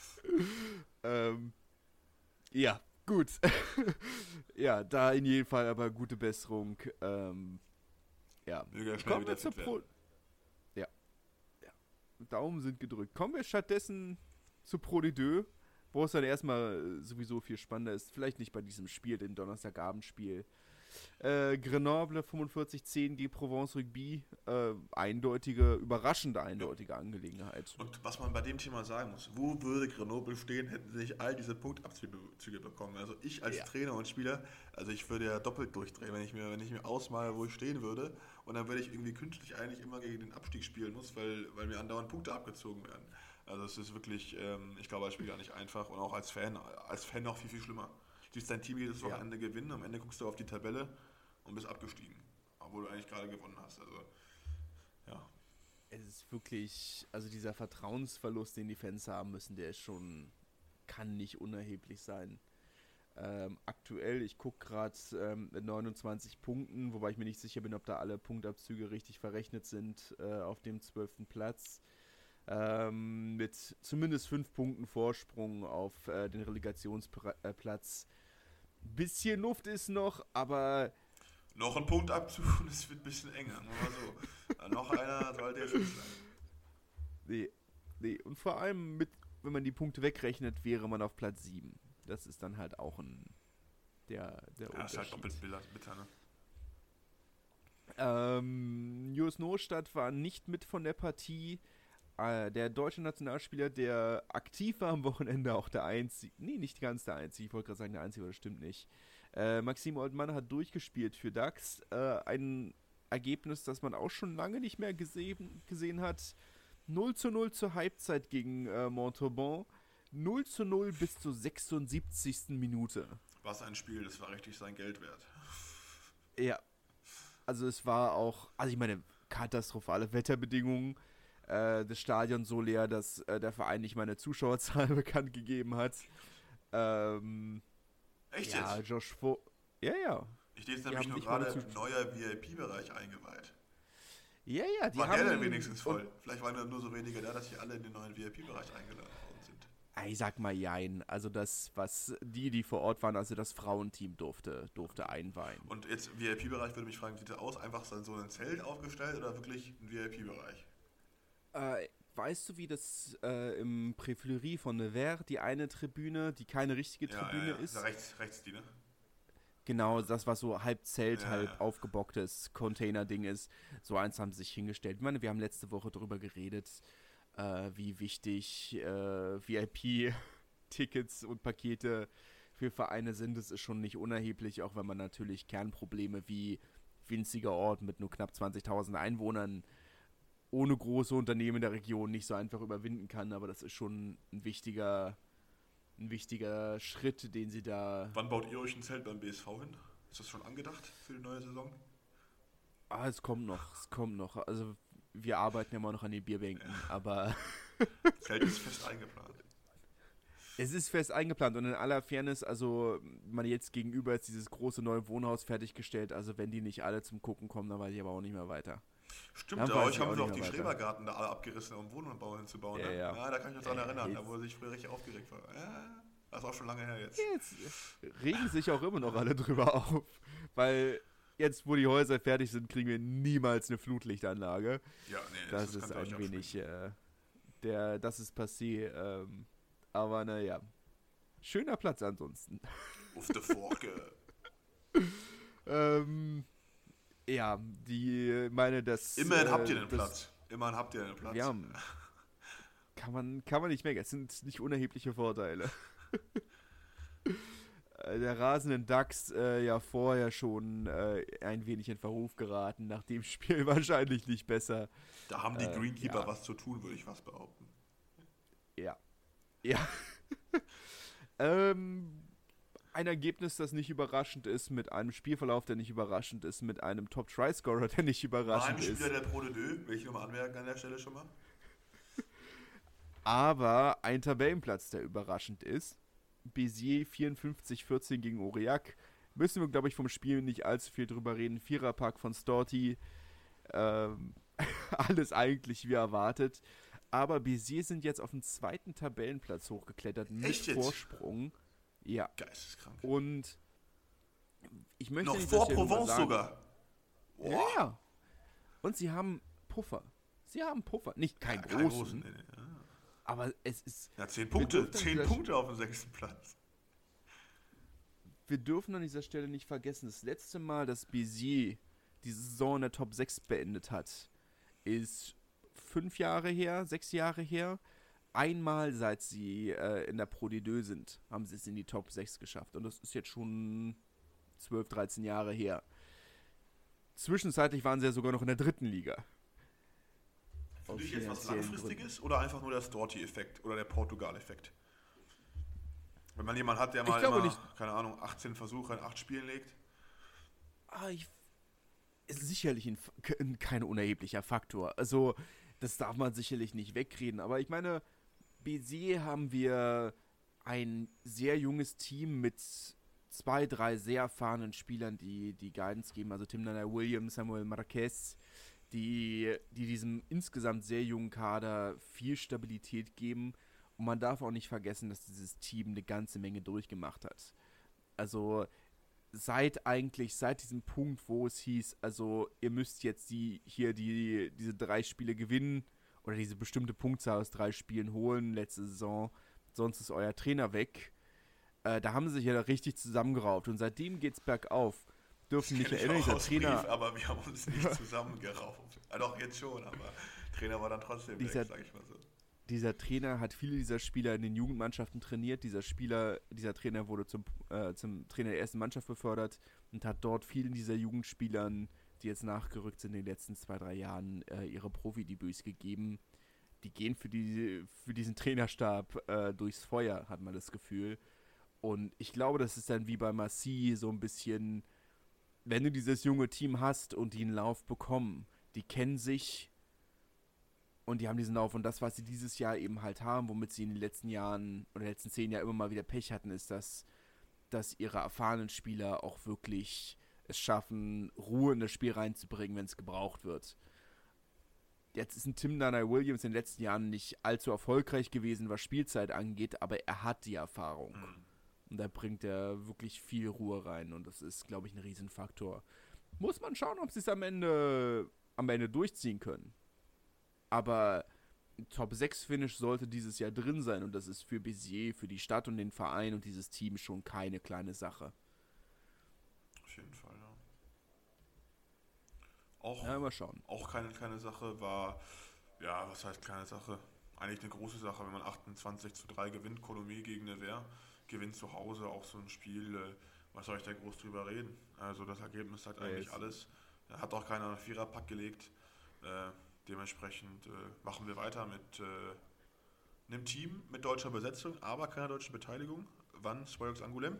Ja, gut. Ja, da in jedem Fall aber gute Besserung. Ja. Kommen wir zur ja. Daumen sind gedrückt. Kommen wir stattdessen zu Pro D2, wo es dann erstmal sowieso viel spannender ist. Vielleicht nicht bei diesem Spiel, dem Donnerstagabendspiel. Grenoble 45-10 gegen Provence Rugby. Überraschend eindeutige Angelegenheit. Und was man bei dem Thema sagen muss, wo würde Grenoble stehen, hätten sie nicht all diese Punktabzüge bekommen. Also ich als Trainer und Spieler, also ich würde ja doppelt durchdrehen, wenn ich mir ausmale, wo ich stehen würde. Und dann würde ich irgendwie künstlich eigentlich immer gegen den Abstieg spielen muss, weil mir andauernd Punkte abgezogen werden. Also es ist wirklich, ich glaube als Spieler nicht einfach und auch als Fan noch viel, viel schlimmer. Du siehst dein Team jedes Wochenende gewinnen, am Ende guckst du auf die Tabelle und bist abgestiegen, obwohl du eigentlich gerade gewonnen hast. Also, ja. Es ist wirklich, also dieser Vertrauensverlust, den die Fans haben müssen, der ist kann nicht unerheblich sein. Aktuell, ich gucke gerade mit 29 Punkten, wobei ich mir nicht sicher bin, ob da alle Punktabzüge richtig verrechnet sind, auf dem 12. Platz. Mit zumindest 5 Punkten Vorsprung auf den Relegationsplatz. Bisschen Luft ist noch, aber... Noch ein Punktabzug und es wird ein bisschen enger. Nur mal so. Noch einer sollte jetzt nicht sein. Nee. Und vor allem, wenn man die Punkte wegrechnet, wäre man auf Platz 7. Das ist dann halt auch der Unterschied. Ja, ist halt doppelt bitter, ne? Julius Nostadt war nicht mit von der Partie. Der deutsche Nationalspieler, der aktiv war am Wochenende, auch der Einzige, nicht ganz der Einzige, ich wollte gerade sagen der Einzige, aber das stimmt nicht. Maxime Oldmann hat durchgespielt für DAX, ein Ergebnis, das man auch schon lange nicht mehr gesehen hat. 0:0 zur Halbzeit gegen Montauban, 0:0 bis zur 76. Minute. Was ein Spiel, das war richtig sein Geld wert. Ja, also es war auch, also ich meine, katastrophale Wetterbedingungen. Das Stadion so leer, dass der Verein nicht mal eine Zuschauerzahl bekannt gegeben hat. Echt Ja, jetzt? Josh Vogt. Ja. Ich lese Die nämlich haben nur nicht mal gerade eine neuer VIP-Bereich eingeweiht. Ja, die War haben. der denn wenigstens voll? Und, Vielleicht waren da nur so wenige da, dass hier alle in den neuen VIP-Bereich eingeladen worden sind. ich sag mal jein. Also das, was die vor Ort waren, also das Frauenteam durfte einweihen. Und jetzt VIP-Bereich würde mich fragen, sieht das aus? Einfach so ein Zelt aufgestellt oder wirklich ein VIP-Bereich? Weißt du, wie das im Pré-Fleury von Nevers, die eine Tribüne, die keine richtige Tribüne ist? Ja, rechts die, ne? Genau, das, was so halb Zelt, Ja, halb ja. aufgebocktes Container-Ding ist. So eins haben sie sich hingestellt. Ich meine, wir haben letzte Woche darüber geredet, wie wichtig VIP-Tickets und Pakete für Vereine sind. Das ist schon nicht unerheblich, auch wenn man natürlich Kernprobleme wie winziger Ort mit nur knapp 20.000 Einwohnern ohne große Unternehmen in der Region nicht so einfach überwinden kann. Aber das ist schon ein wichtiger Schritt, den sie da. Wann baut ihr euch ein Zelt beim BSV hin? Ist das schon angedacht für die neue Saison? Es kommt noch. Also wir arbeiten ja immer noch an den Bierbänken, aber Zelt ist fest eingeplant. es ist fest eingeplant und in aller Fairness, also man jetzt gegenüber ist dieses große neue Wohnhaus fertiggestellt, also wenn die nicht alle zum Gucken kommen, dann weiß ich aber auch nicht mehr weiter. Stimmt, Dann bei weiß euch ich haben auch sie auch nicht die mehr weiter. Schrebergarten da alle abgerissen, um Wohnbau hinzubauen. Ne? Ja. Da kann ich mich dran erinnern, jetzt- da wurde sich früher richtig aufgeregt war. Ja, das ist auch schon lange her jetzt. Jetzt regen sich auch immer noch alle drüber auf, weil jetzt, wo die Häuser fertig sind, kriegen wir niemals eine Flutlichtanlage. Ja, nee, Das könnt ist ihr euch ein wenig, abschminken. das ist passé, aber naja, schöner Platz ansonsten. Auf der Forke. Ja, meine, das. Immerhin habt ihr den das, Platz. Immerhin habt ihr den Platz. Ja, kann man nicht meckern. Es sind nicht unerhebliche Vorteile. Der rasenden DAX ja vorher schon ein wenig in Verruf geraten, nach dem Spiel wahrscheinlich nicht besser. Da haben die Greenkeeper ja. was zu tun, würde ich was behaupten. Ja. Ein Ergebnis, das nicht überraschend ist, mit einem Spielverlauf, der nicht überraschend ist, mit einem Top-Try-Scorer, der nicht War überraschend ein ist. Spieler der Pro de Deux, will ich nur mal anmerken an der Stelle schon mal. Aber ein Tabellenplatz, der überraschend ist. Béziers 54-14 gegen Aurillac. Müssen wir, glaube ich, vom Spiel nicht allzu viel drüber reden. Viererpack von Storti. Alles eigentlich wie erwartet. Aber Béziers sind jetzt auf den zweiten Tabellenplatz hochgeklettert mit Echt jetzt? Vorsprung. Ja. Geisteskrank. Und ich möchte Noch nicht, vor dass wir nur Provence sagen, sogar. Ja. Und sie haben Puffer. Nicht keinen Kein großen, nee. Ja. aber es ist. Ja, 10 Wir Punkte. dürfen 10 vielleicht- Punkte auf dem 6. Platz. Wir dürfen an dieser Stelle nicht vergessen, das letzte Mal, dass Béziers die Saison in der Top 6 beendet hat, ist 6 Jahre her. Einmal, seit sie in der Pro D2 sind, haben sie es in die Top 6 geschafft. Und das ist jetzt schon 12, 13 Jahre her. Zwischenzeitlich waren sie ja sogar noch in der dritten Liga. Für Aus dich jetzt was finanziellen Langfristiges oder einfach nur der Storti-Effekt oder der Portugal-Effekt? Wenn man jemanden hat, der mal glaube immer, nicht. keine Ahnung, 18 Versuche in 8 Spielen legt. Ist sicherlich kein unerheblicher Faktor. Also, das darf man sicherlich nicht wegreden. Aber ich meine, Béziers haben wir ein sehr junges Team mit 2, 3 sehr erfahrenen Spielern, die Guidance geben. Also Tim Nanai-Williams, Samuel Marquez, die diesem insgesamt sehr jungen Kader viel Stabilität geben. Und man darf auch nicht vergessen, dass dieses Team eine ganze Menge durchgemacht hat. Also seit diesem Punkt, wo es hieß, also ihr müsst jetzt diese 3 Spiele gewinnen oder diese bestimmte Punktzahl aus 3 Spielen holen letzte Saison, sonst ist euer Trainer weg. Da haben sie sich ja richtig zusammengeraubt und seitdem geht's bergauf. Dürfen nicht erinnern, dieser Trainer... Aber wir haben uns nicht zusammengerauft. Doch, jetzt schon, aber Trainer war dann trotzdem weg, sag ich mal so. Dieser Trainer hat viele dieser Spieler in den Jugendmannschaften trainiert. Dieser Trainer wurde zum Trainer der ersten Mannschaft befördert und hat dort vielen dieser Jugendspielern, die jetzt nachgerückt sind in den letzten 2, 3 Jahren, ihre Profidebüts gegeben. Die gehen für diesen Trainerstab durchs Feuer, hat man das Gefühl. Und ich glaube, das ist dann wie bei Marseille so ein bisschen, wenn du dieses junge Team hast und die einen Lauf bekommen, die kennen sich und die haben diesen Lauf. Und das, was sie dieses Jahr eben halt haben, womit sie in den letzten Jahren oder letzten 10 Jahren immer mal wieder Pech hatten, ist, dass ihre erfahrenen Spieler auch wirklich es schaffen, Ruhe in das Spiel reinzubringen, wenn es gebraucht wird. Jetzt ist ein Tim Dunner-Williams in den letzten Jahren nicht allzu erfolgreich gewesen, was Spielzeit angeht, aber er hat die Erfahrung. Und da bringt er wirklich viel Ruhe rein und das ist, glaube ich, ein Riesenfaktor. Muss man schauen, ob sie es am Ende durchziehen können. Aber ein Top-6-Finish sollte dieses Jahr drin sein und das ist für Bézier, für die Stadt und den Verein und dieses Team schon keine kleine Sache. Auf jeden Fall, ja. Mal schauen. Auch keine kleine Sache war, ja, was heißt kleine Sache? Eigentlich eine große Sache, wenn man 28:3 gewinnt, Colomiers gegen Nevers, gewinnt zu Hause auch so ein Spiel, was soll ich da groß drüber reden? Also das Ergebnis sagt eigentlich alles. Hat auch keiner einen Viererpack gelegt. Dementsprechend machen wir weiter mit einem Team mit deutscher Besetzung, aber keiner deutschen Beteiligung. Wann Swoyox Angoulême?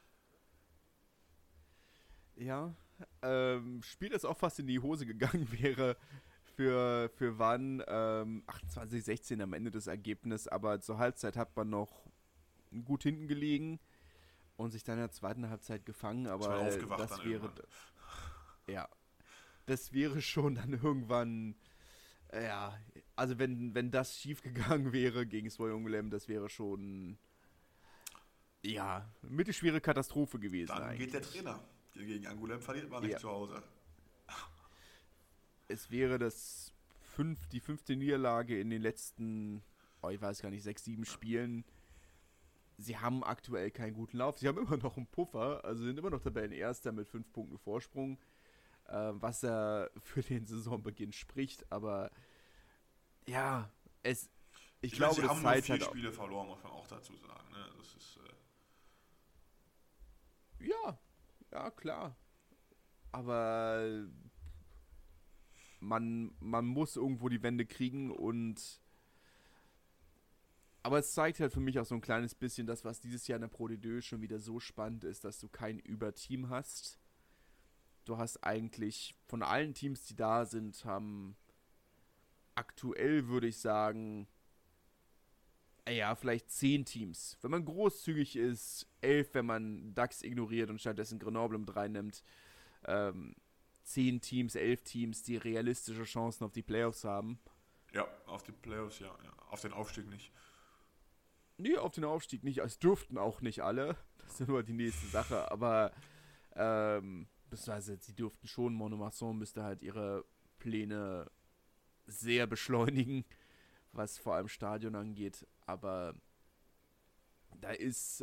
Ja, Spiel, das auch fast in die Hose gegangen wäre für wann 28:16 am Ende des Ergebnisses, aber zur Halbzeit hat man noch gut hinten gelegen und sich dann in der zweiten Halbzeit gefangen, aber das wäre ja, das wäre schon dann irgendwann ja, also wenn das schief gegangen wäre gegen Swoyox Angoulême, das wäre schon ja, mittelschwere Katastrophe gewesen. Dann eigentlich. Geht der Trainer. Gegen Angoulême verliert man nicht zu Hause. Es wäre die 5. Niederlage in den letzten, ich weiß gar nicht, 6, 7 Spielen. Sie haben aktuell keinen guten Lauf. Sie haben immer noch einen Puffer, also sind immer noch Tabellenerster mit 5 Punkten Vorsprung, was ja für den Saisonbeginn spricht. Aber ja, ich glaube, sie das haben nur 4 halt Spiele verloren, muss man auch dazu sagen. Ne? Das ist ja, klar. Aber man muss irgendwo die Wende kriegen aber es zeigt halt für mich auch so ein kleines bisschen das, was dieses Jahr in der Pro D2 schon wieder so spannend ist, dass du kein Überteam hast. Du hast eigentlich von allen Teams, die da sind, haben aktuell, würde ich sagen, ja, vielleicht 10 Teams. Wenn man großzügig ist, 11, wenn man DAX ignoriert und stattdessen Grenoble mit reinnimmt. 10 Teams, 11 Teams, die realistische Chancen auf die Playoffs haben. ja, auf die Playoffs, ja. Auf den Aufstieg nicht. Nee, auf den Aufstieg nicht. Es dürften auch nicht alle. Das ist ja nur die nächste Sache. Aber, beziehungsweise, sie dürften schon. Monomasson müsste halt ihre Pläne sehr beschleunigen, was vor allem Stadion angeht. Aber da ist,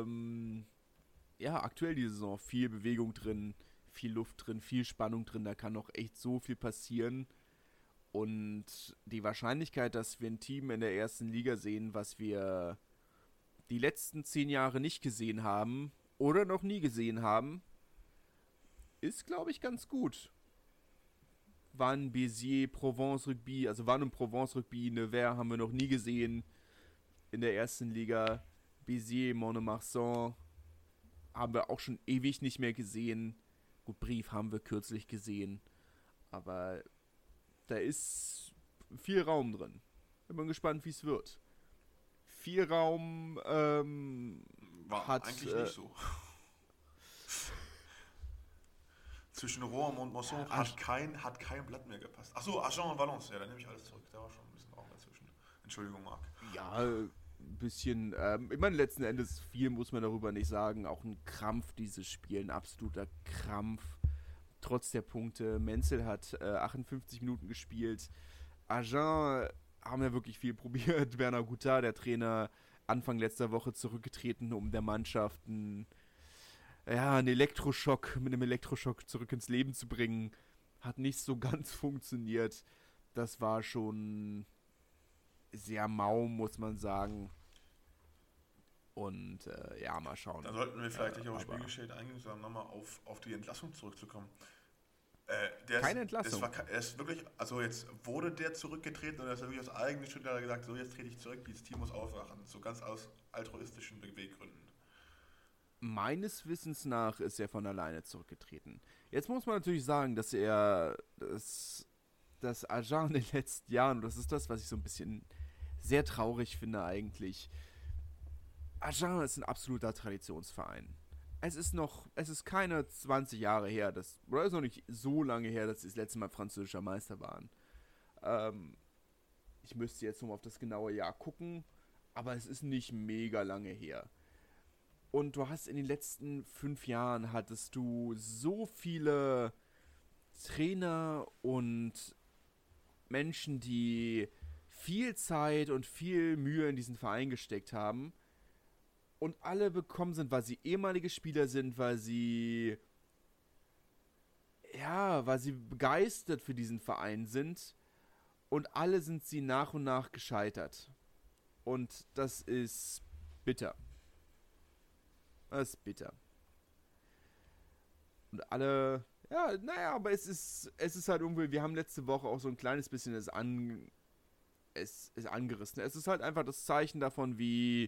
aktuell die Saison viel Bewegung drin, viel Luft drin, viel Spannung drin. Da kann noch echt so viel passieren. Und die Wahrscheinlichkeit, dass wir ein Team in der ersten Liga sehen, was wir die letzten 10 Jahre nicht gesehen haben oder noch nie gesehen haben, ist, glaube ich, ganz gut. Wann Béziers, Provence Rugby, also Wann und Provence Rugby, Nevers haben wir noch nie gesehen in der ersten Liga. Béziers, Mont-de-Marsan haben wir auch schon ewig nicht mehr gesehen. Gut, Brief haben wir kürzlich gesehen. Aber da ist viel Raum drin. Ich bin gespannt, wie es wird. Viel Raum war hat eigentlich nicht so. Zwischen Rouen und Montmorson hat kein Blatt mehr gepasst. Achso, Agen und Valence, ja, da nehme ich alles zurück. Da war schon ein bisschen Raum dazwischen. Entschuldigung, Marc. Ja, ein bisschen, ich meine, letzten Endes viel muss man darüber nicht sagen. Auch ein Krampf, dieses Spiel, ein absoluter Krampf. Trotz der Punkte. Menzel hat 58 Minuten gespielt. Agen haben ja wirklich viel probiert. Bernard Goutard, der Trainer, Anfang letzter Woche zurückgetreten, um der Mannschaft mit einem Elektroschock zurück ins Leben zu bringen. Hat nicht so ganz funktioniert. Das war schon sehr mau, muss man sagen. Und mal schauen. Da sollten wir vielleicht nicht auf das Spielgeschehen eingehen, sondern nochmal auf die Entlassung zurückzukommen. Keine Entlassung. Er ist wirklich, also jetzt wurde der zurückgetreten und er ist wirklich aus eigenem Schritt gesagt, so jetzt trete ich zurück, dieses Team muss aufwachen. So ganz aus altruistischen Beweggründen. Meines Wissens nach ist er von alleine zurückgetreten. Jetzt muss man natürlich sagen, dass er dass Agen in den letzten Jahren, und das ist das, was ich so ein bisschen sehr traurig finde eigentlich, Agen ist ein absoluter Traditionsverein. Es ist keine 20 Jahre her, oder ist noch nicht so lange her, dass sie das letzte Mal französischer Meister waren. Ich müsste jetzt nochmal auf das genaue Jahr gucken, aber es ist nicht mega lange her. Und du hast in den letzten 5 Jahren hattest du so viele Trainer und Menschen, die viel Zeit und viel Mühe in diesen Verein gesteckt haben und alle bekommen sind, weil sie ehemalige Spieler sind, weil sie begeistert für diesen Verein sind und alle sind sie nach und nach gescheitert. Und das ist bitter. Das ist bitter. Und alle, ja, naja, aber es ist halt irgendwie, wir haben letzte Woche auch so ein kleines bisschen es ist angerissen. Es ist halt einfach das Zeichen davon, wie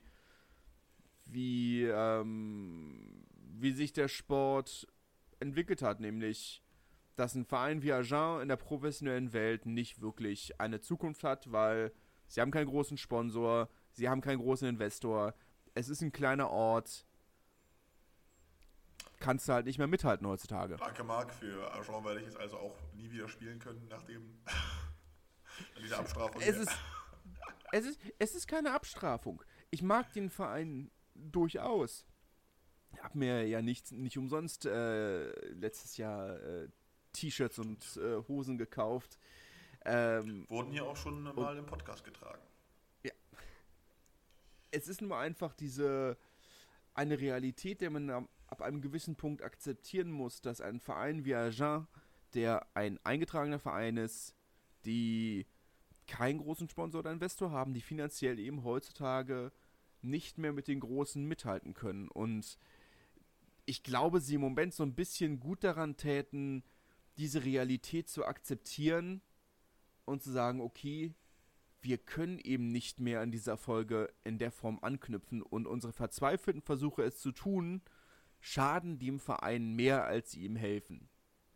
sich der Sport entwickelt hat, nämlich, dass ein Verein wie Agen in der professionellen Welt nicht wirklich eine Zukunft hat, weil sie haben keinen großen Sponsor, sie haben keinen großen Investor, es ist ein kleiner Ort, kannst du halt nicht mehr mithalten heutzutage. Danke, Marc, für Agen werde ich jetzt also auch nie wieder spielen können, nachdem diese Abstrafung. Es ist keine Abstrafung. Ich mag den Verein durchaus. Ich habe mir ja nicht umsonst letztes Jahr T-Shirts und Hosen gekauft. Wurden hier auch schon mal im Podcast getragen. Ja. Es ist nur einfach eine Realität, der man ab einem gewissen Punkt akzeptieren muss, dass ein Verein wie Agen, der ein eingetragener Verein ist, die keinen großen Sponsor oder Investor haben, die finanziell eben heutzutage nicht mehr mit den Großen mithalten können. Und ich glaube, sie im Moment so ein bisschen gut daran täten, diese Realität zu akzeptieren und zu sagen, okay, wir können eben nicht mehr an dieser Folge in der Form anknüpfen und unsere verzweifelten Versuche, es zu tun, schaden dem Verein mehr, als sie ihm helfen.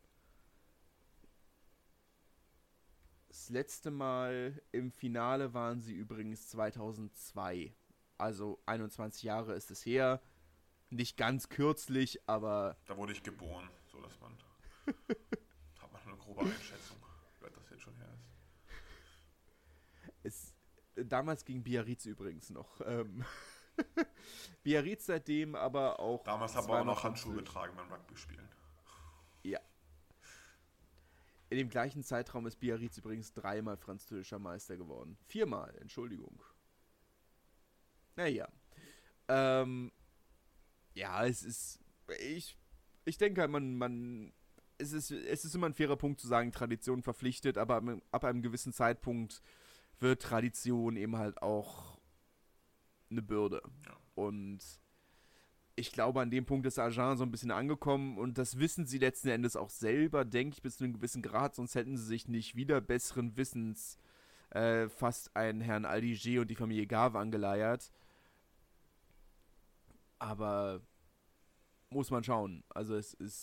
Das letzte Mal im Finale waren sie übrigens 2002. Also 21 Jahre ist es her. Nicht ganz kürzlich, aber... Da wurde ich geboren, so dass man... hat man eine grobe Einschätzung, wie weit das jetzt schon her ist. Damals ging Biarritz übrigens noch. Biarritz seitdem aber auch... Damals haben wir auch noch Handschuhe getragen beim Rugby-Spielen. Ja. In dem gleichen Zeitraum ist Biarritz übrigens 3-mal französischer Meister geworden. 4-mal, Entschuldigung. Naja. Ja, es ist... Ich denke, es ist immer ein fairer Punkt zu sagen, Tradition verpflichtet, aber ab einem gewissen Zeitpunkt wird Tradition eben halt auch eine Bürde. Ja. Und ich glaube, an dem Punkt ist Agen so ein bisschen angekommen und das wissen sie letzten Endes auch selber, denke ich, bis zu einem gewissen Grad, sonst hätten sie sich nicht wieder besseren Wissens fast einen Herrn Aldiger und die Familie Gave angeleiert. Aber muss man schauen. Also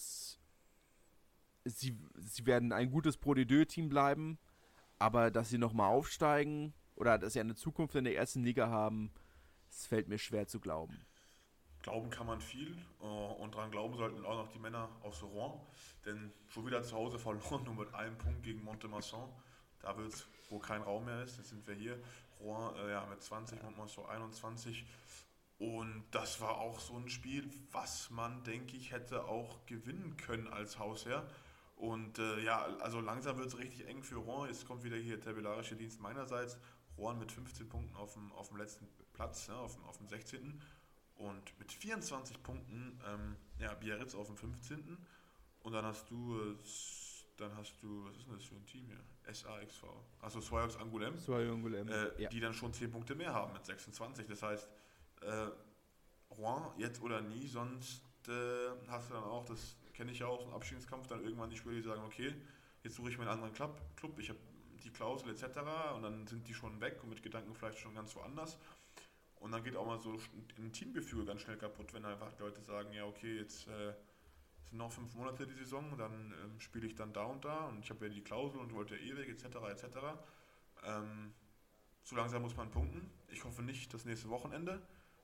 sie werden ein gutes Pro de Deux Team bleiben, aber dass sie nochmal aufsteigen oder dass sie eine Zukunft in der ersten Liga haben, das fällt mir schwer zu glauben. Glauben kann man viel und dran glauben sollten auch noch die Männer aus Rouen, denn schon wieder zu Hause verloren, nur mit einem Punkt gegen Mont-de-Marsan. Da wird es, wo kein Raum mehr ist, jetzt sind wir hier. Rouen mit 20, Mont-de-Marsan 21. Und das war auch so ein Spiel, was man, denke ich, hätte auch gewinnen können als Hausherr. Und also langsam wird es richtig eng für Rouen. Jetzt kommt wieder hier tabellarischer Dienst meinerseits. Rouen mit 15 Punkten auf dem letzten Platz, auf dem 16. Und mit 24 Punkten, Biarritz auf dem 15. Und dann hast du, was ist denn das für ein Team hier? SAXV. Also Soyox Angoulême. Ja. Die dann schon 10 Punkte mehr haben mit 26. Das heißt, Rouen jetzt oder nie, sonst hast du dann auch, das kenne ich ja auch, so einen Abstiegskampf, dann irgendwann die Spieler, die sagen, okay, jetzt suche ich mir einen anderen Club, ich habe die Klausel etc. und dann sind die schon weg und mit Gedanken vielleicht schon ganz woanders. Und dann geht auch mal so ein Teamgefühl ganz schnell kaputt, wenn einfach Leute sagen, ja okay, jetzt es sind noch 5 Monate die Saison, dann spiele ich dann da und da und ich habe ja die Klausel und wollte ja ewig, etc., etc. So langsam muss man punkten. Ich hoffe nicht das nächste Wochenende.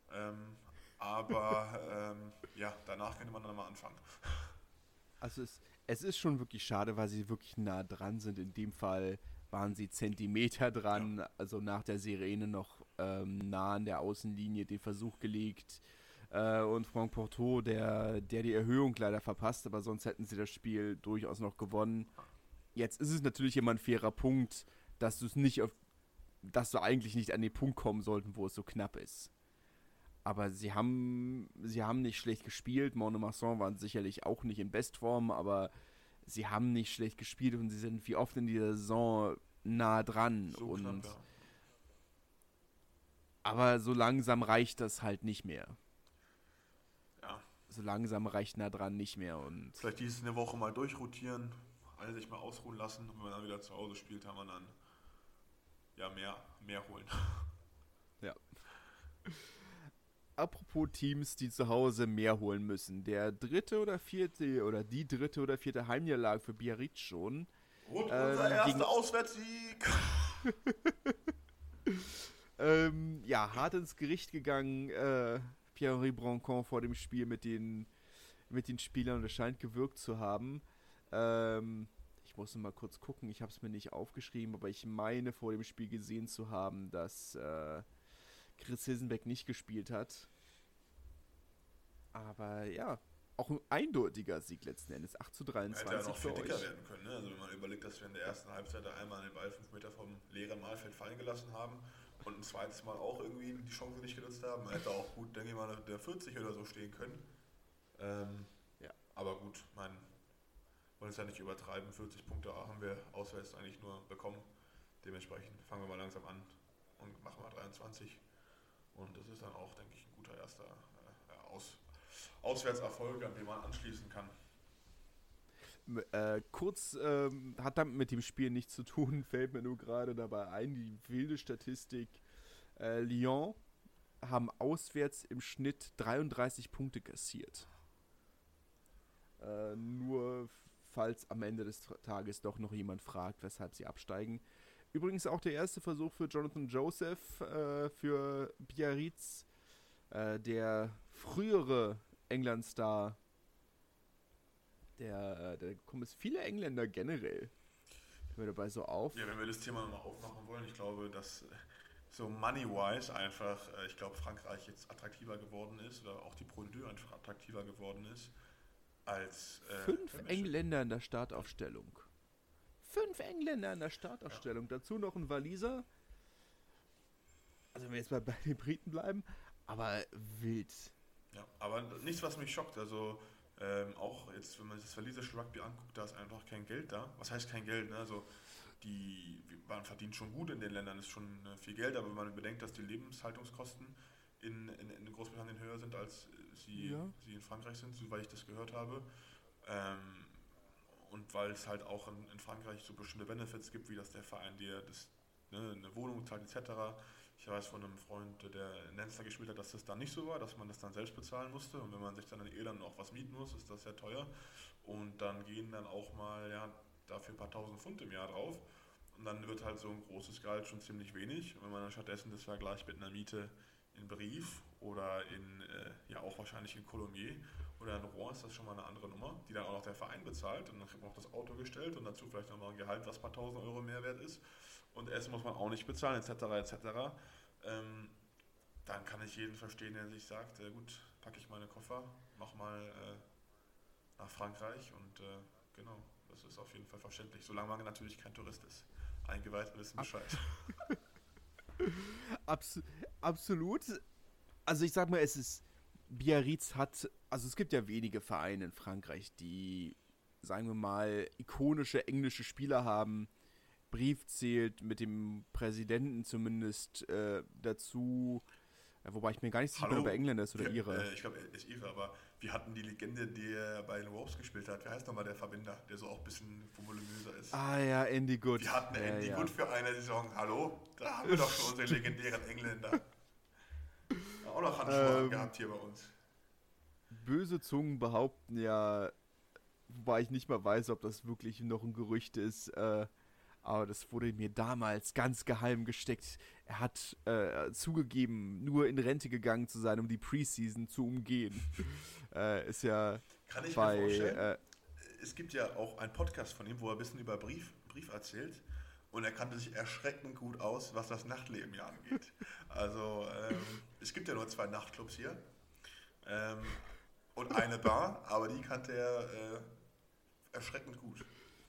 Aber ja, danach könnte man dann mal anfangen. Also es ist schon wirklich schade, weil sie wirklich nah dran sind. In dem Fall waren sie Zentimeter dran, Ja. also nach der Sirene noch nah an der Außenlinie den Versuch gelegt. Und Franck Porteau, der die Erhöhung leider verpasst, aber sonst hätten sie das Spiel durchaus noch gewonnen. Jetzt ist es natürlich immer ein fairer Punkt, dass du es nicht auf, dass du eigentlich nicht an den Punkt kommen sollten, wo es so knapp ist. Aber sie haben nicht schlecht gespielt. Mont-de-Marsan waren sicherlich auch nicht in Bestform, aber sie haben nicht schlecht gespielt und sie sind wie oft in dieser Saison nah dran. So Und knapp, ja. aber so langsam reicht das halt nicht mehr. Ja, So langsam reicht nah dran nicht mehr. Und vielleicht diese Woche mal durchrotieren, alle sich mal ausruhen lassen und wenn man dann wieder zu Hause spielt, kann man dann ja mehr holen. ja. Apropos Teams, die zu Hause mehr holen müssen. Der dritte oder vierte oder die dritte oder vierte Heimniederlage für Biarritz schon. Und unser erster Auswärtssieg. Ja, hart ins Gericht gegangen. Pierre-Henri Brancon vor dem Spiel mit den Spielern und es scheint gewirkt zu haben. Ich muss mal kurz gucken, ich habe es mir nicht aufgeschrieben, aber ich meine vor dem Spiel gesehen zu haben, dass Chris Hilsenbeck nicht gespielt hat. Aber ja, auch ein eindeutiger Sieg letzten Endes. 8:23 Hätte ja noch viel für dicker euch. werden können. Ne? Also wenn man überlegt, dass wir in der ersten Halbzeit einmal den Ball 5 Meter vom leeren Mahlfeld fallen gelassen haben und ein zweites Mal auch irgendwie die Chance nicht genutzt haben. Man hätte auch gut, denke ich mal, der 40 oder so stehen können. Ja. Aber gut, wollen es ja nicht übertreiben. 40 Punkte haben wir auswärts eigentlich nur bekommen. Dementsprechend fangen wir mal langsam an und machen mal 23. Und das ist dann auch, denke ich, ein guter erster Auswärtserfolg, an den man anschließen kann. Kurz, hat damit mit dem Spiel nichts zu tun, fällt mir nur gerade dabei ein, die wilde Statistik. Lyon haben auswärts im Schnitt 33 Punkte kassiert. Nur falls am Ende des Tages doch noch jemand fragt, weshalb sie absteigen. Übrigens auch der erste Versuch für Jonathan Joseph für Biarritz, der frühere England-Star. Da kommen es viele Engländer generell. Fällt mir dabei so auf. Ja, wenn wir das Thema nochmal aufmachen wollen, ich glaube, dass so money-wise einfach, ich glaube, Frankreich jetzt attraktiver geworden ist oder auch die Pro D2 einfach attraktiver geworden ist als 5 Engländer in der Startaufstellung. 5 Engländer in der Startaufstellung. Ja. Dazu noch ein Waliser. Also wenn wir jetzt mal bei den Briten bleiben. Aber wild. Ja, aber nichts, was mich schockt. Also auch jetzt, wenn man sich das walisische Rugby anguckt, da ist einfach kein Geld da. Was heißt kein Geld? Ne? Also man verdient schon gut in den Ländern, ist schon viel Geld, aber wenn man bedenkt, dass die Lebenshaltungskosten in Großbritannien höher sind, als sie in Frankreich sind, soweit ich das gehört habe. Und weil es halt auch in Frankreich so bestimmte Benefits gibt, wie dass der Verein dir eine Wohnung zahlt etc. Ich weiß von einem Freund, der in Leinster gespielt hat, dass das dann nicht so war, dass man das dann selbst bezahlen musste. Und wenn man sich dann in Irland auch was mieten muss, ist das sehr teuer. Und dann gehen dann auch mal dafür ein paar tausend Pfund im Jahr drauf. Und dann wird halt so ein großes Gehalt schon ziemlich wenig. Und wenn man dann stattdessen das vergleicht mit einer Miete in Brief oder auch wahrscheinlich in Colomiers oder in Rouen, ist das schon mal eine andere Nummer, die dann auch noch der Verein bezahlt. Und dann kriegt man auch das Auto gestellt und dazu vielleicht nochmal ein Gehalt, was ein paar tausend Euro mehr wert ist. Und Essen muss man auch nicht bezahlen, etc. etc. Dann kann ich jeden verstehen, der sich sagt, gut, packe ich meine Koffer, mach mal nach Frankreich und genau, das ist auf jeden Fall verständlich, solange man natürlich kein Tourist ist. Eingeweiht wissen Bescheid. Absolut. Also ich sag mal, Biarritz es gibt ja wenige Vereine in Frankreich, die, sagen wir mal, ikonische englische Spieler haben. Brief zählt mit dem Präsidenten zumindest dazu, wobei ich mir gar nicht sicher bin, ob er Engländer ist oder Ire. Ich glaube, er ist Ire, aber wir hatten die Legende, der bei den Wolves gespielt hat. Wie heißt nochmal der Verbinder, der so auch ein bisschen voluminöser ist? Ah ja, Andy Good. Wir hatten Andy Good für eine Saison. Hallo? Da haben wir doch schon unsere legendären Engländer. Auch noch Handschuhe gehabt hier bei uns. Böse Zungen behaupten ja, wobei ich nicht mal weiß, ob das wirklich noch ein Gerücht ist, aber das wurde mir damals ganz geheim gesteckt. Er hat zugegeben, nur in Rente gegangen zu sein, um die Preseason zu umgehen. Ist ja Kann ich mir bei vorstellen. Es gibt ja auch einen Podcast von ihm, wo er ein bisschen über Brief erzählt. Und er kannte sich erschreckend gut aus, was das Nachtleben hier angeht. Also, es gibt ja nur 2 Nachtclubs hier. Ähm, und eine Bar, aber die kannte er erschreckend gut.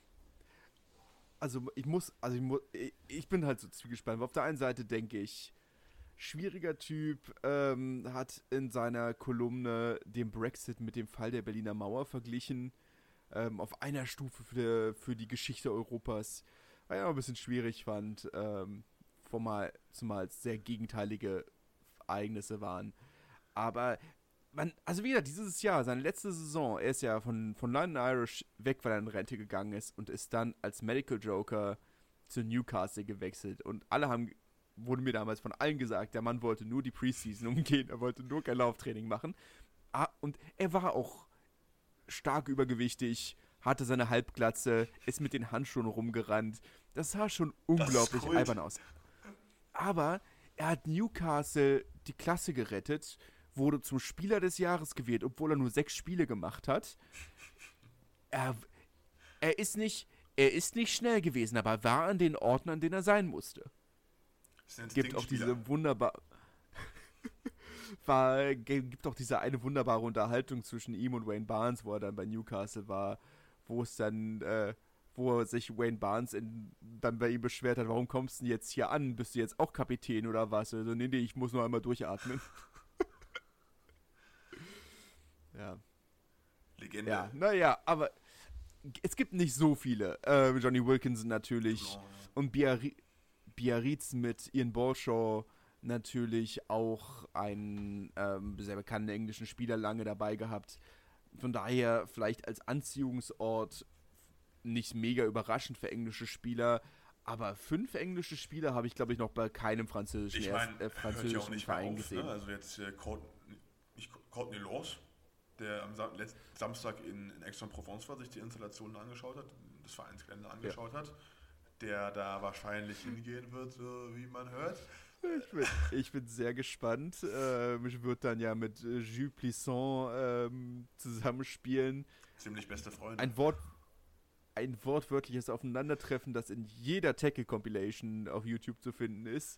ich bin halt so zwiegespalten. Auf der einen Seite denke ich, schwieriger Typ, hat in seiner Kolumne den Brexit mit dem Fall der Berliner Mauer verglichen, auf einer Stufe für die Geschichte Europas, was ich auch ein bisschen schwierig fand, zumal es sehr gegenteilige Ereignisse waren. Aber also wie gesagt, dieses Jahr, seine letzte Saison, er ist ja von London Irish weg, weil er in Rente gegangen ist und ist dann als Medical Joker zu Newcastle gewechselt. Und wurde mir damals von allen gesagt, der Mann wollte nur die Preseason umgehen, er wollte nur kein Lauftraining machen. Und er war auch stark übergewichtig, hatte seine Halbglatze, ist mit den Handschuhen rumgerannt. Das sah schon Das ist unglaublich Kult. albern aus. Aber er hat Newcastle die Klasse gerettet, wurde zum Spieler des Jahres gewählt, obwohl er nur 6 Spiele gemacht hat. Er, er ist nicht schnell gewesen, aber war an den Orten, an denen er sein musste. Das ist ein Gibt auch Instinktspieler. gibt auch diese eine wunderbare Unterhaltung zwischen ihm und Wayne Barnes, wo er dann bei Newcastle war, wo es dann, wo sich Wayne Barnes dann bei ihm beschwert hat, warum kommst du denn jetzt hier an? Bist du jetzt auch Kapitän oder was? Also, nee, ich muss nur einmal durchatmen. Ja. Legende. Ja, naja, aber es gibt nicht so viele. Johnny Wilkinson natürlich Blanc, und Biarritz mit Ian Balshaw natürlich auch einen sehr bekannten englischen Spieler lange dabei gehabt. Von daher vielleicht als Anziehungsort nicht mega überraschend für englische Spieler, aber 5 englische Spieler habe ich, glaube ich, noch bei keinem Ich meine, hört ja auch französischen nicht mehr Verein auf. Ne? gesehen. Also jetzt Courtney Laws, der am letzten Samstag in Aix-en-Provence war, sich die Installationen angeschaut hat, das Vereinsgelände Ja. angeschaut hat, der da wahrscheinlich hingehen wird, so wie man hört. Ich bin sehr gespannt. Ich würde dann ja mit Jules Plisson zusammenspielen. Ziemlich beste Freunde. Ein wortwörtliches Aufeinandertreffen, das in jeder Tackle-Compilation auf YouTube zu finden ist.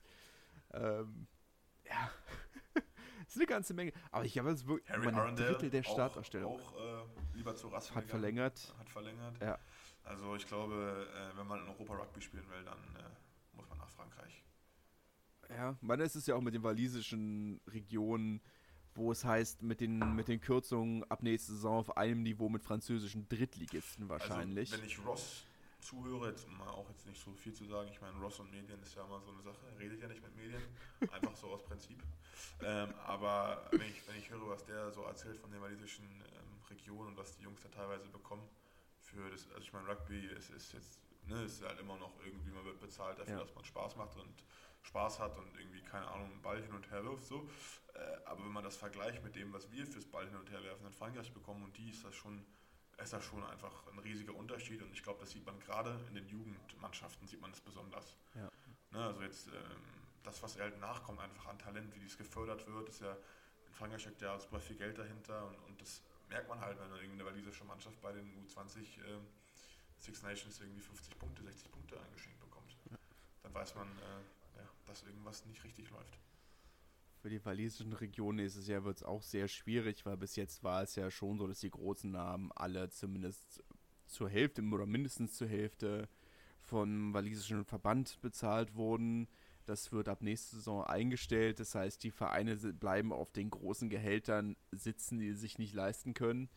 Ja, ist eine ganze Menge. Aber ich habe jetzt wirklich Harry ein Arundel, Drittel der Startausstellung auch lieber zu Racing hat gegangen. verlängert. Hat verlängert. Ja. Also ich glaube, wenn man in Europa Rugby spielen will, dann muss man nach Frankreich. Ja, man ist es ja auch mit den walisischen Regionen, wo es heißt, mit den Kürzungen ab nächste Saison auf einem Niveau mit französischen Drittligisten wahrscheinlich. Also wenn ich Ross zuhöre, jetzt um mal auch jetzt nicht so viel zu sagen, ich meine, Ross und Medien ist ja immer so eine Sache, er redet ja nicht mit Medien, einfach so aus Prinzip. Aber wenn ich höre, was der so erzählt von den walisischen Regionen und was die Jungs da teilweise bekommen, für das, also ich meine, Rugby ist jetzt, ne, ist halt immer noch irgendwie, man wird bezahlt dafür, Ja. dass man Spaß macht und Spaß hat und irgendwie, keine Ahnung, einen Ball hin und her wirft, so. Aber wenn man das vergleicht mit dem, was wir fürs Ball hin und her werfen in Frankreich bekommen und die, ist das schon einfach ein riesiger Unterschied und ich glaube, das sieht man gerade in den Jugendmannschaften, sieht man das besonders. Ja. Ne, also jetzt das, was halt nachkommt, einfach an Talent, wie dies gefördert wird, ist ja, in Frankreich steckt ja super viel Geld dahinter und das merkt man halt, wenn dann irgendwie eine walisische Mannschaft bei den U20 Six Nations irgendwie 50 Punkte, 60 Punkte eingeschenkt bekommt. Dann weiß man, dass irgendwas nicht richtig läuft. Für die walisischen Regionen wird es auch sehr schwierig, weil bis jetzt war es ja schon so, dass die großen Namen alle zumindest zur Hälfte oder mindestens zur Hälfte vom walisischen Verband bezahlt wurden. Das wird ab nächster Saison eingestellt. Das heißt, die Vereine bleiben auf den großen Gehältern sitzen, die sie sich nicht leisten können.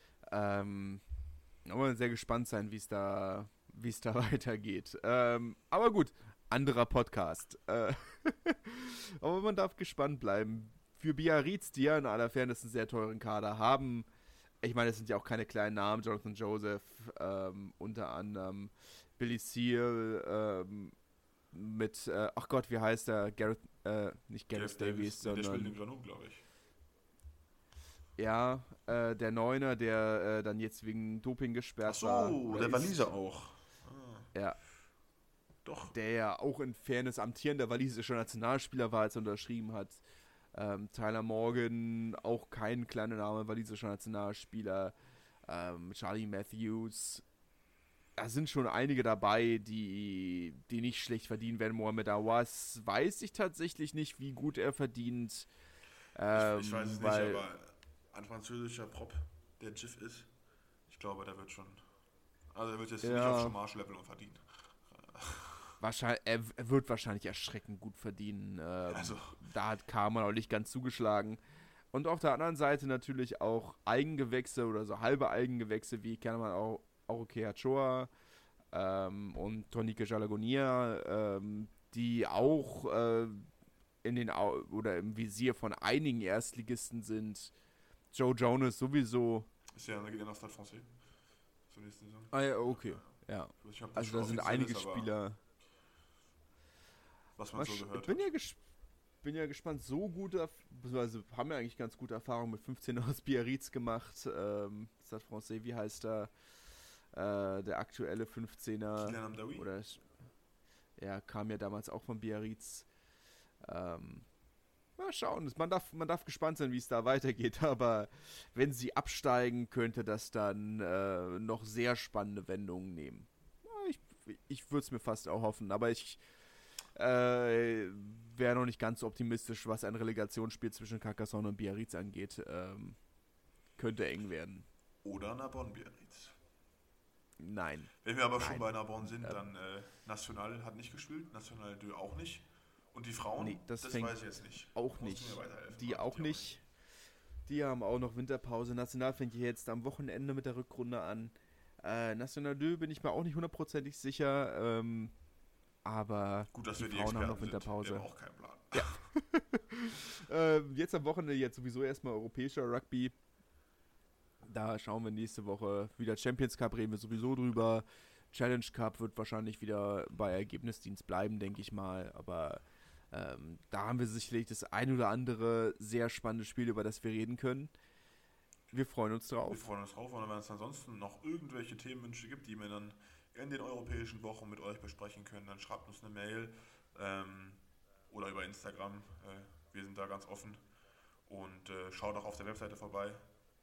Aber sehr gespannt sein, wie es da weitergeht. Aber gut, anderer Podcast. Aber man darf gespannt bleiben. Für Biarritz, die ja in aller Fairness einen sehr teuren Kader haben. Ich meine, es sind ja auch keine kleinen Namen. Jonathan Joseph, unter anderem Billy Seal, mit, ach Gott, wie heißt er? Nicht Gareth Davies, der spielt sondern... in Grenoble, glaube ich. Ja, der Neuner, der dann jetzt wegen Doping gesperrt war. Ach so, der Waliser auch. Ja. Doch. Der ja auch in Fairness amtierender walisischer Nationalspieler war, als er unterschrieben hat. Tyler Morgan, auch kein kleiner Name, walisischer Nationalspieler. Charlie Matthews. Da sind schon einige dabei, die nicht schlecht verdienen werden. Mohamed Awas weiß ich tatsächlich nicht, wie gut er verdient. Ich weiß es nicht, aber ein französischer Prop, der GIF ist, ich glaube, der wird schon. Also er wird jetzt nicht auf Charmage-Level und verdienen. Er wird wahrscheinlich erschreckend gut verdienen. Da hat Karman auch nicht ganz zugeschlagen. Und auf der anderen Seite natürlich auch Eigengewächse oder so halbe Eigengewächse, wie kann man auch Aroke Achoa und Tonike Jalagonia, die auch im Visier von einigen Erstligisten sind. Joe Jonas sowieso. Ist ja nach Stade Francais zur nächsten Saison. Ah ja, okay. Ja. Also da sind einige Spieler. Was man so gehört bin ja gespannt, beziehungsweise haben wir eigentlich ganz gute Erfahrungen mit 15 aus Biarritz gemacht. Stade Francais, wie heißt er? Der aktuelle 15er. Kylian Amdaoui? Oder kam ja damals auch von Biarritz. Mal schauen, man darf gespannt sein, wie es da weitergeht, aber wenn sie absteigen, könnte das dann noch sehr spannende Wendungen nehmen. Ich würde es mir fast auch hoffen, aber ich wäre noch nicht ganz so optimistisch, was ein Relegationsspiel zwischen Carcassonne und Biarritz angeht. Könnte eng werden. Oder Narbonne-Biarritz. Nein. Wenn wir aber schon bei Narbonne sind, dann National hat nicht gespielt, National 2 auch nicht. Und die Frauen, nee, das weiß ich jetzt nicht. Auch nicht. Die auch nicht. Die haben auch noch Winterpause. National fängt jetzt am Wochenende mit der Rückrunde an. National 2 bin ich mir auch nicht hundertprozentig sicher. Aber gut, dass die wir die Frauen haben noch Experten Winterpause. sind. Wir haben auch keinen Plan. Ja. Jetzt am Wochenende jetzt sowieso erstmal europäischer Rugby. Da schauen wir nächste Woche wieder Champions Cup, reden wir sowieso drüber. Challenge Cup wird wahrscheinlich wieder bei Ergebnisdienst bleiben, denke ich mal. Aber da haben wir sicherlich das ein oder andere sehr spannende Spiel, über das wir reden können. Wir freuen uns drauf. Wir freuen uns drauf. Und wenn es ansonsten noch irgendwelche Themenwünsche gibt, die wir dann in den europäischen Wochen mit euch besprechen können, dann schreibt uns eine Mail oder über Instagram. Wir sind da ganz offen. Und schaut auch auf der Webseite vorbei.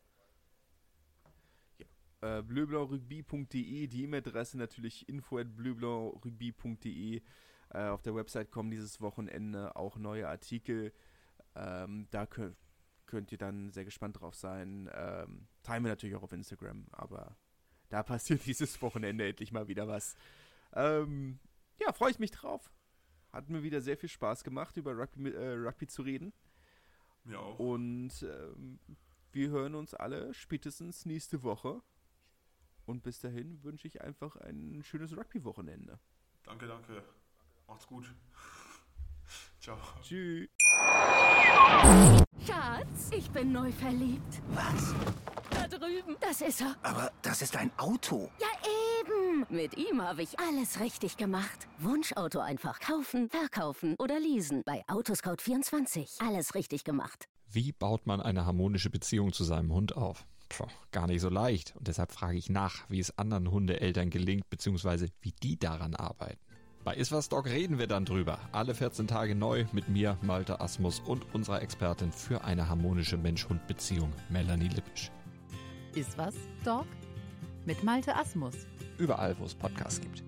bleublauRugby.de, die E-Mail-Adresse natürlich info@bleublauRugby.de. Auf der Website kommen dieses Wochenende auch neue Artikel. Da könnt ihr dann sehr gespannt drauf sein. Teilen wir natürlich auch auf Instagram, aber da passiert dieses Wochenende endlich mal wieder was. Freue ich mich drauf. Hat mir wieder sehr viel Spaß gemacht, über Rugby zu reden. Mir auch. Und wir hören uns alle spätestens nächste Woche. Und bis dahin wünsche ich einfach ein schönes Rugby-Wochenende. Danke. Macht's gut. Ciao. Tschüss. Schatz, ich bin neu verliebt. Was? Da drüben. Das ist er. Aber das ist ein Auto. Ja, eben. Mit ihm habe ich alles richtig gemacht. Wunschauto einfach kaufen, verkaufen oder leasen. Bei Autoscout24. Alles richtig gemacht. Wie baut man eine harmonische Beziehung zu seinem Hund auf? Gar nicht so leicht. Und deshalb frage ich nach, wie es anderen Hundeeltern gelingt, beziehungsweise wie die daran arbeiten. Bei Iswas Dog reden wir dann drüber. Alle 14 Tage neu mit mir, Malte Asmus und unserer Expertin für eine harmonische Mensch-Hund-Beziehung, Melanie Lippisch. Iswas Dog mit Malte Asmus. Überall, wo es Podcasts gibt.